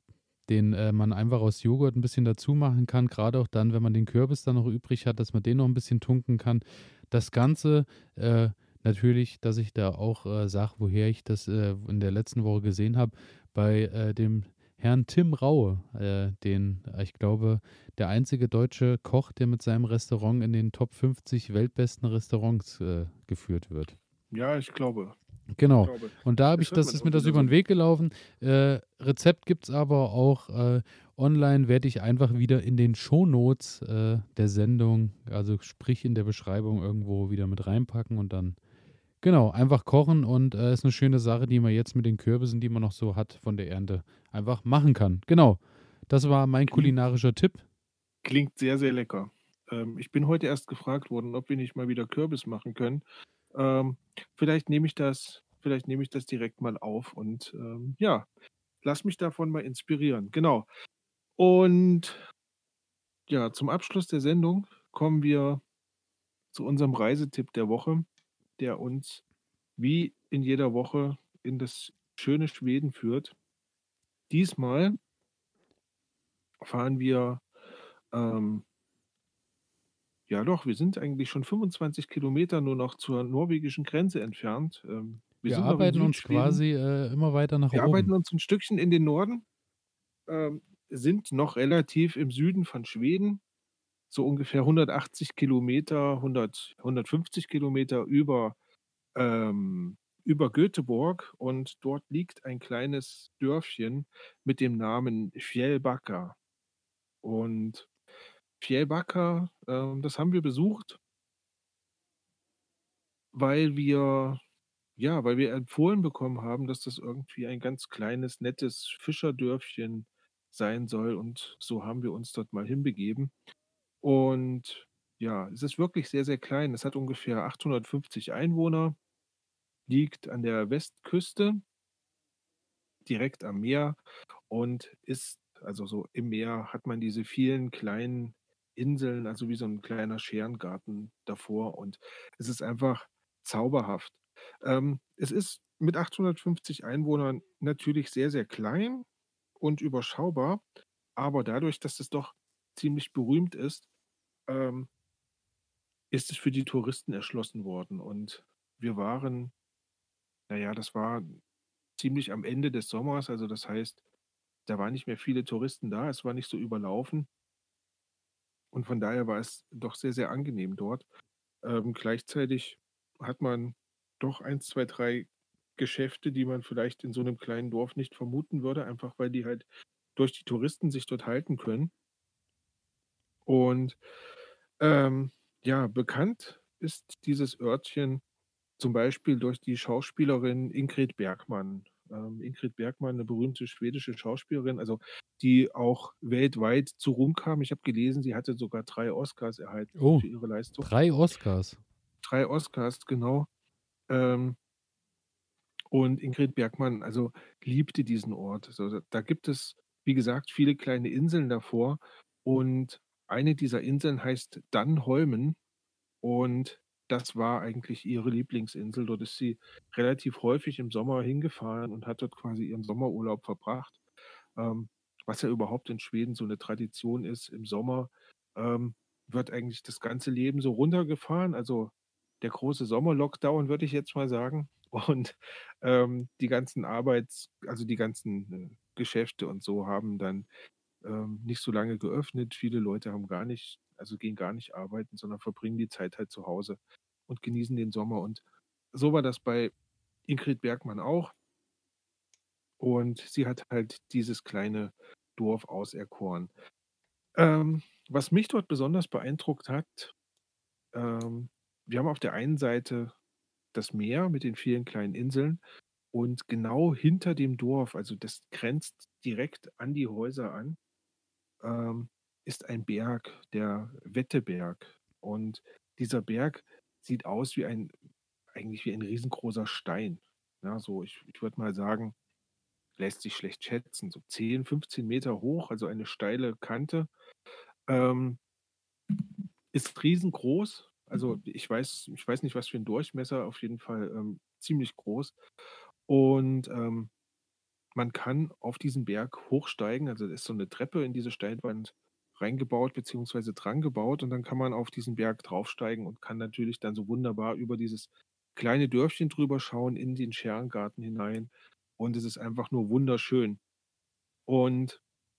den äh, man einfach aus Joghurt ein bisschen dazu machen kann, gerade auch dann, wenn man den Kürbis dann noch übrig hat, dass man den noch ein bisschen tunken kann. Das Ganze äh, natürlich, dass ich da auch äh, sage, woher ich das äh, in der letzten Woche gesehen habe, bei äh, dem Herrn Tim Raue, äh, den, äh, ich glaube, der einzige deutsche Koch, der mit seinem Restaurant in den Top fünfzig weltbesten Restaurants äh, geführt wird. Ja, ich glaube. Ich Genau. glaube. Und da habe Das ich, hört das man ist mir immer das wieder über so. den Weg gelaufen. Äh, Rezept gibt es aber auch äh, online, werde ich einfach wieder in den Shownotes äh, der Sendung, also sprich in der Beschreibung irgendwo wieder mit reinpacken und dann, genau, einfach kochen und äh, ist eine schöne Sache, die man jetzt mit den Kürbissen, die man noch so hat von der Ernte, einfach machen kann. Genau. Das war mein Klingt kulinarischer Tipp. klingt sehr, sehr lecker. Ähm, ich bin heute erst gefragt worden, ob wir nicht mal wieder Kürbis machen können. Ähm, vielleicht nehme ich das vielleicht nehme ich das direkt mal auf und, ähm, ja, lass mich davon mal inspirieren. Genau. Und ja, zum Abschluss der Sendung kommen wir zu unserem Reisetipp der Woche, der uns wie in jeder Woche in das schöne Schweden führt. Diesmal fahren wir, ähm ja doch, wir sind eigentlich schon fünfundzwanzig Kilometer nur noch zur norwegischen Grenze entfernt. Ähm, wir Wir sind noch in arbeiten uns Südschweden. quasi, äh, immer weiter nach Wir arbeiten oben. uns 'n Stückchen in den Norden, ähm, sind noch relativ im Süden von Schweden, so ungefähr hundertachtzig Kilometer, hundert hundertfünfzig Kilometer über ähm, über Göteborg und dort liegt ein kleines Dörfchen mit dem Namen Fjällbacka. Und Fjällbacka, ähm, das haben wir besucht weil wir ja, weil wir empfohlen bekommen haben, dass das irgendwie ein ganz kleines, nettes Fischerdörfchen sein soll und so haben wir uns dort mal hinbegeben. Und ja, es ist wirklich sehr, sehr klein. Es hat ungefähr achthundertfünfzig Einwohner, liegt an der Westküste direkt am Meer und ist also so im Meer hat man diese vielen kleinen Inseln, also wie so 'n kleiner Scherengarten davor und es ist einfach zauberhaft. Ähm, es ist mit achthundertfünfzig Einwohnern natürlich sehr, sehr klein und überschaubar, aber dadurch, dass es doch ziemlich berühmt ist, ähm ist es für die Touristen erschlossen worden und wir waren na ja, das war ziemlich am Ende des Sommers, also das heißt, da waren nicht mehr viele Touristen da, es war nicht so überlaufen. Und von daher war es doch sehr, sehr angenehm dort. Ähm, gleichzeitig hat man doch eins, zwei, drei Geschäfte, die man vielleicht in so 'nem kleinen Dorf nicht vermuten würde, einfach weil die halt durch die Touristen sich dort halten können. Und, ähm, ja, bekannt ist dieses Örtchen zum Beispiel durch die Schauspielerin Ingrid Bergman. Ähm, Ingrid Bergman, 'ne berühmte schwedische Schauspielerin, also die auch weltweit zu Ruhm kam. Ich habe gelesen, sie hatte sogar drei Oscars erhalten Oh, für ihre Leistung. drei Oscars. drei Oscars, genau. Ähm und Ingrid Bergman, also, liebte diesen Ort. So, da da gibt es, wie gesagt, viele kleine Inseln davor und eine dieser Inseln heißt Dannholmen und das war eigentlich ihre Lieblingsinsel. Dort ist sie relativ häufig im Sommer hingefahren und hat dort quasi ihren Sommerurlaub verbracht. Ähm, was ja überhaupt in Schweden so 'ne Tradition ist, im Sommer, ähm, wird eigentlich das ganze Leben so runtergefahren, also der große Sommer-Lockdown, würde ich jetzt mal sagen. Und, ähm, die ganzen Arbeits also die ganzen, äh, Geschäfte und so haben dann, ähm, nicht so lange geöffnet. Viele Leute haben gar nicht also gehen gar nicht arbeiten, sondern verbringen die Zeit halt zu Hause und genießen den Sommer. Und so war das bei Ingrid Bergman auch. Und sie hat halt dieses kleine Dorf auserkoren. Ähm, was mich dort besonders beeindruckt hat, ähm, wir haben auf der einen Seite das Meer mit den vielen kleinen Inseln und genau hinter dem Dorf, also das grenzt direkt an die Häuser an, ähm, ist ein Berg, der Wetteberg. Und dieser Berg sieht aus wie ein eigentlich wie ein riesengroßer Stein. Ja, so ich ich würde mal sagen, lässt sich schlecht schätzen, so zehn, fünfzehn Meter hoch, also eine steile Kante. Ähm ist riesengroß. Also, ich weiß ich weiß nicht, was für 'n Durchmesser, auf jeden Fall, ähm, ziemlich groß. Und, ähm, man kann auf diesen Berg hochsteigen. Also, da ist so 'ne Treppe in diese Steinwand reingebaut beziehungsweise dran gebaut und dann kann man auf diesen Berg draufsteigen und kann natürlich dann so wunderbar über dieses kleine Dörfchen drüber schauen in den Scherengarten hinein. Und es ist einfach nur wunderschön. Und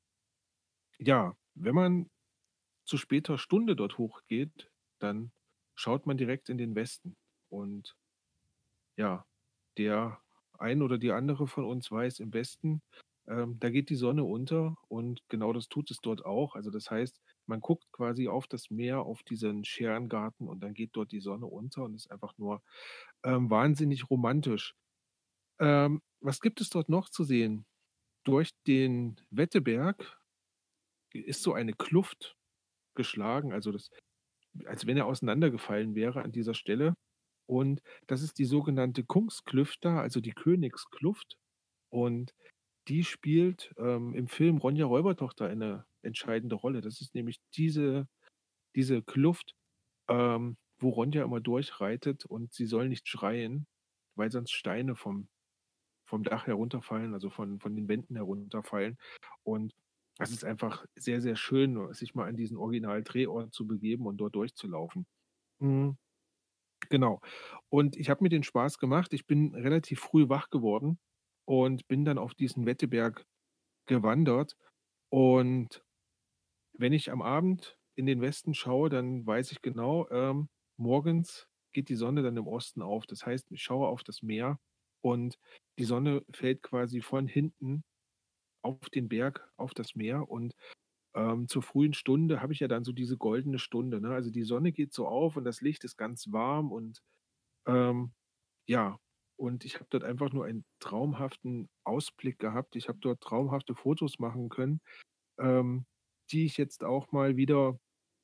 ja, wenn man zu später Stunde dort hochgeht, dann schaut man direkt in den Westen. Und ja, der ein oder die andere von uns weiß, im Westen, ähm, da geht die Sonne unter und genau das tut es dort auch. Also, das heißt, man guckt quasi auf das Meer, auf diesen Scherengarten und dann geht dort die Sonne unter und ist einfach nur, ähm, wahnsinnig romantisch. Ähm, was gibt es dort noch zu sehen? Durch den Wetteberg ist so eine Kluft geschlagen, also das als wenn er auseinandergefallen wäre an dieser Stelle. Und das ist die sogenannte Kungsklüfta, also die Königskluft. Und die spielt, ähm, im Film Ronja Räubertochter eine entscheidende Rolle. Das ist nämlich diese diese Kluft, ähm, wo Ronja immer durchreitet und sie soll nicht schreien, weil sonst Steine vom vom Dach herunterfallen, also von von den Wänden herunterfallen. Und das ist einfach sehr, sehr schön, sich mal an diesen Original-Drehort zu begeben und dort durchzulaufen. Mhm, genau. Und ich habe mir den Spaß gemacht. Ich bin relativ früh wach geworden und bin dann auf diesen Wetteberg gewandert. Und wenn ich am Abend in den Westen schaue, dann weiß ich genau, ähm, morgens geht die Sonne dann im Osten auf. Das heißt, ich schaue auf das Meer und die Sonne fällt quasi von hinten auf den Berg, auf das Meer. Und, ähm, zur frühen Stunde habe ich ja dann so diese goldene Stunde, ne? Also, die Sonne geht so auf und das Licht ist ganz warm und, ähm, ja, und ich habe dort einfach nur einen traumhaften Ausblick gehabt. Ich habe dort traumhafte Fotos machen können, ähm, die ich jetzt auch mal wieder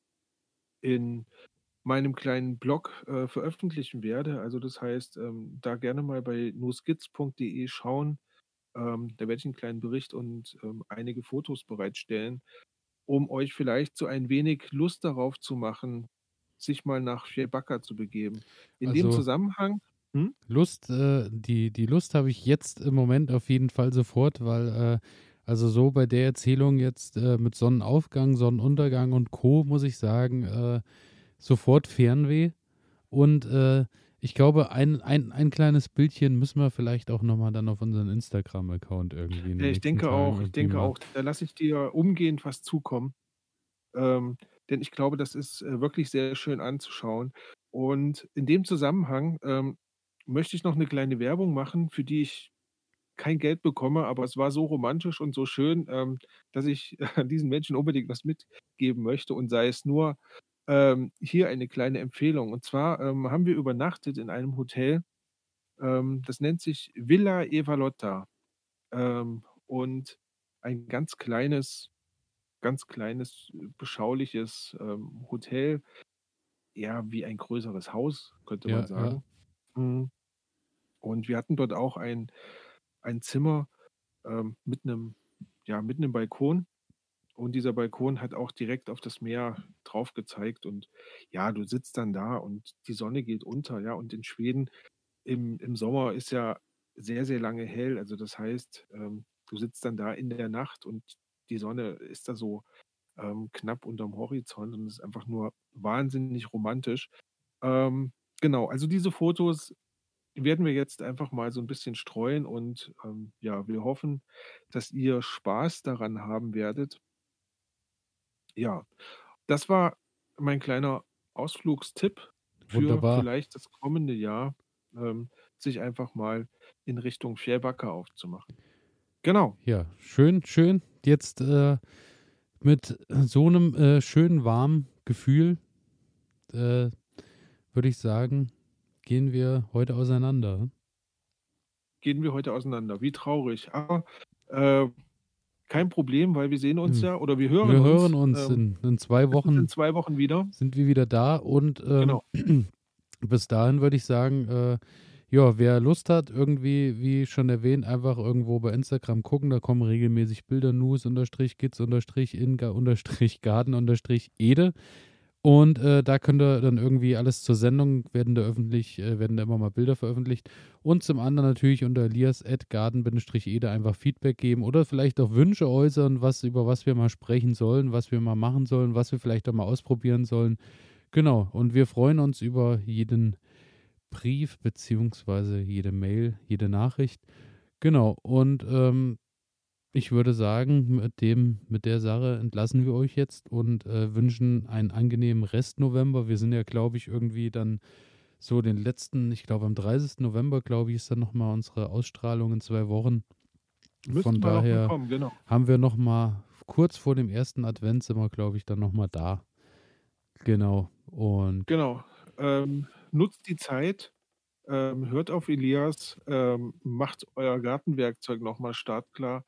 in meinem kleinen Blog, äh, veröffentlichen werde. Also, das heißt, ähm, da gerne mal bei noskizz punkt de schauen. Ähm, da werde ich 'n kleinen Bericht und, ähm, einige Fotos bereitstellen, um euch vielleicht so ein wenig Lust darauf zu machen, sich mal nach Fjällbacka zu begeben. In dem Also Zusammenhang hm? Lust, äh, die die Lust habe ich jetzt im Moment auf jeden Fall sofort, weil, äh, also so bei der Erzählung jetzt, äh, mit Sonnenaufgang, Sonnenuntergang und Co., muss ich sagen, äh, sofort Fernweh. Und, äh, ich glaube, ein ein ein kleines Bildchen müssen wir vielleicht auch noch mal dann auf unseren Instagram-Account irgendwie in Ja, den ich nächsten denke Tagen auch ich irgendwie denke mal auch. Da lasse ich dir umgehend was zukommen. Ähm, denn ich glaube, das ist, äh, wirklich sehr schön anzuschauen. Und in dem Zusammenhang, ähm, möchte ich noch 'ne kleine Werbung machen, für die ich kein Geld bekomme, aber es war so romantisch und so schön, ähm, dass ich diesen Menschen unbedingt was mitgeben möchte und sei es nur, ähm, hier eine kleine Empfehlung. Und zwar, ähm, haben wir übernachtet in einem Hotel, ähm, das nennt sich Villa Evallotta. Ähm, und ein ganz kleines ganz kleines, äh, beschauliches, ähm, Hotel, eher wie ein größeres Haus, könnte man Ja, ja. sagen. Mhm. Und wir hatten dort auch ein ein Zimmer, ähm, mit 'nem ja, mit 'nem Balkon. Und dieser Balkon hat auch direkt auf das Meer drauf gezeigt. Und ja, du sitzt dann da und die Sonne geht unter, ja. Und in Schweden im im Sommer ist ja sehr, sehr lange hell. Also, das heißt, ähm, du sitzt dann da in der Nacht und die Sonne ist da so, ähm, knapp unterm Horizont und es ist einfach nur wahnsinnig romantisch. Ähm, genau, also diese Fotos werden wir jetzt einfach mal so 'n bisschen streuen und, ähm, ja, wir hoffen, dass ihr Spaß daran haben werdet. Ja, das war mein kleiner Ausflugstipp für Wunderbar. vielleicht das kommende Jahr, ähm, sich einfach mal in Richtung Fjällbacka aufzumachen. Genau. Ja, schön, schön. Jetzt, äh, mit so 'nem, äh, schönen, warmen Gefühl, äh, würde ich sagen, gehen wir heute auseinander. Gehen wir heute auseinander. Wie traurig. Aber, äh, kein Problem, weil wir sehen uns Hm, ja oder wir hören wir hören uns, uns ähm, in in zwei spätestens in Wochen zwei Wochen wieder. sind wir wieder da und, ähm, Genau. bis dahin würde ich sagen, äh, ja, wer Lust hat, irgendwie, wie schon erwähnt, einfach irgendwo bei Instagram gucken, da kommen regelmäßig Bilder, nus unterstrich gitz unterstrich inga unterstrich garden unterstrich ede. Und, äh, da könnt ihr dann irgendwie alles zur Sendung werden da öffentlich äh, werden da immer mal Bilder veröffentlicht. Und zum anderen natürlich unter elias at garden bindestrich ede einfach Feedback geben oder vielleicht auch Wünsche äußern, was über was wir mal sprechen sollen, was wir mal machen sollen, was wir vielleicht auch mal ausprobieren sollen. Genau, und wir freuen uns über jeden Brief beziehungsweise jede Mail, jede Nachricht. Genau, und, ähm, ich würde sagen, mit dem mit der Sache entlassen wir euch jetzt und, äh, wünschen einen angenehmen Rest-November. Wir sind ja, glaube ich, irgendwie dann so den letzten ich glaube, am dreißigsten November, glaube ich, ist dann noch mal unsere Ausstrahlung in zwei Wochen. Müsste Von mal noch mal daher kommen, genau. haben wir noch mal kurz vor dem ersten Advent sind wir, glaube ich, dann noch mal da. Genau, und Genau. Ähm, nutzt die Zeit, ähm, hört auf Elias, ähm, macht euer Gartenwerkzeug noch mal startklar,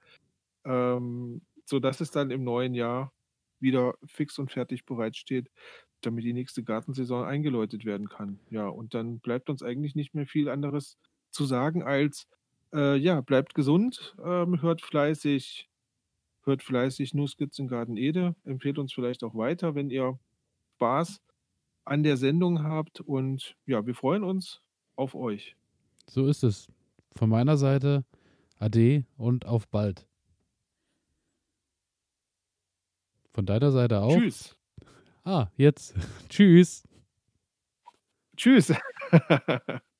ähm, sodass es dann im neuen Jahr wieder fix und fertig bereitsteht, damit die nächste Gartensaison eingeläutet werden kann. Ja, und dann bleibt uns eigentlich nicht mehr viel anderes zu sagen als, äh, ja, bleibt gesund, ähm, hört fleißig hört fleißig nur Skizzen Garden Ede, empfehlt uns vielleicht auch weiter, wenn ihr Spaß an der Sendung habt und ja, wir freuen uns auf euch. So ist es. Von meiner Seite Ade und auf bald. Von deiner Seite auch? Tschüss. Ah, jetzt. Tschüss. Tschüss.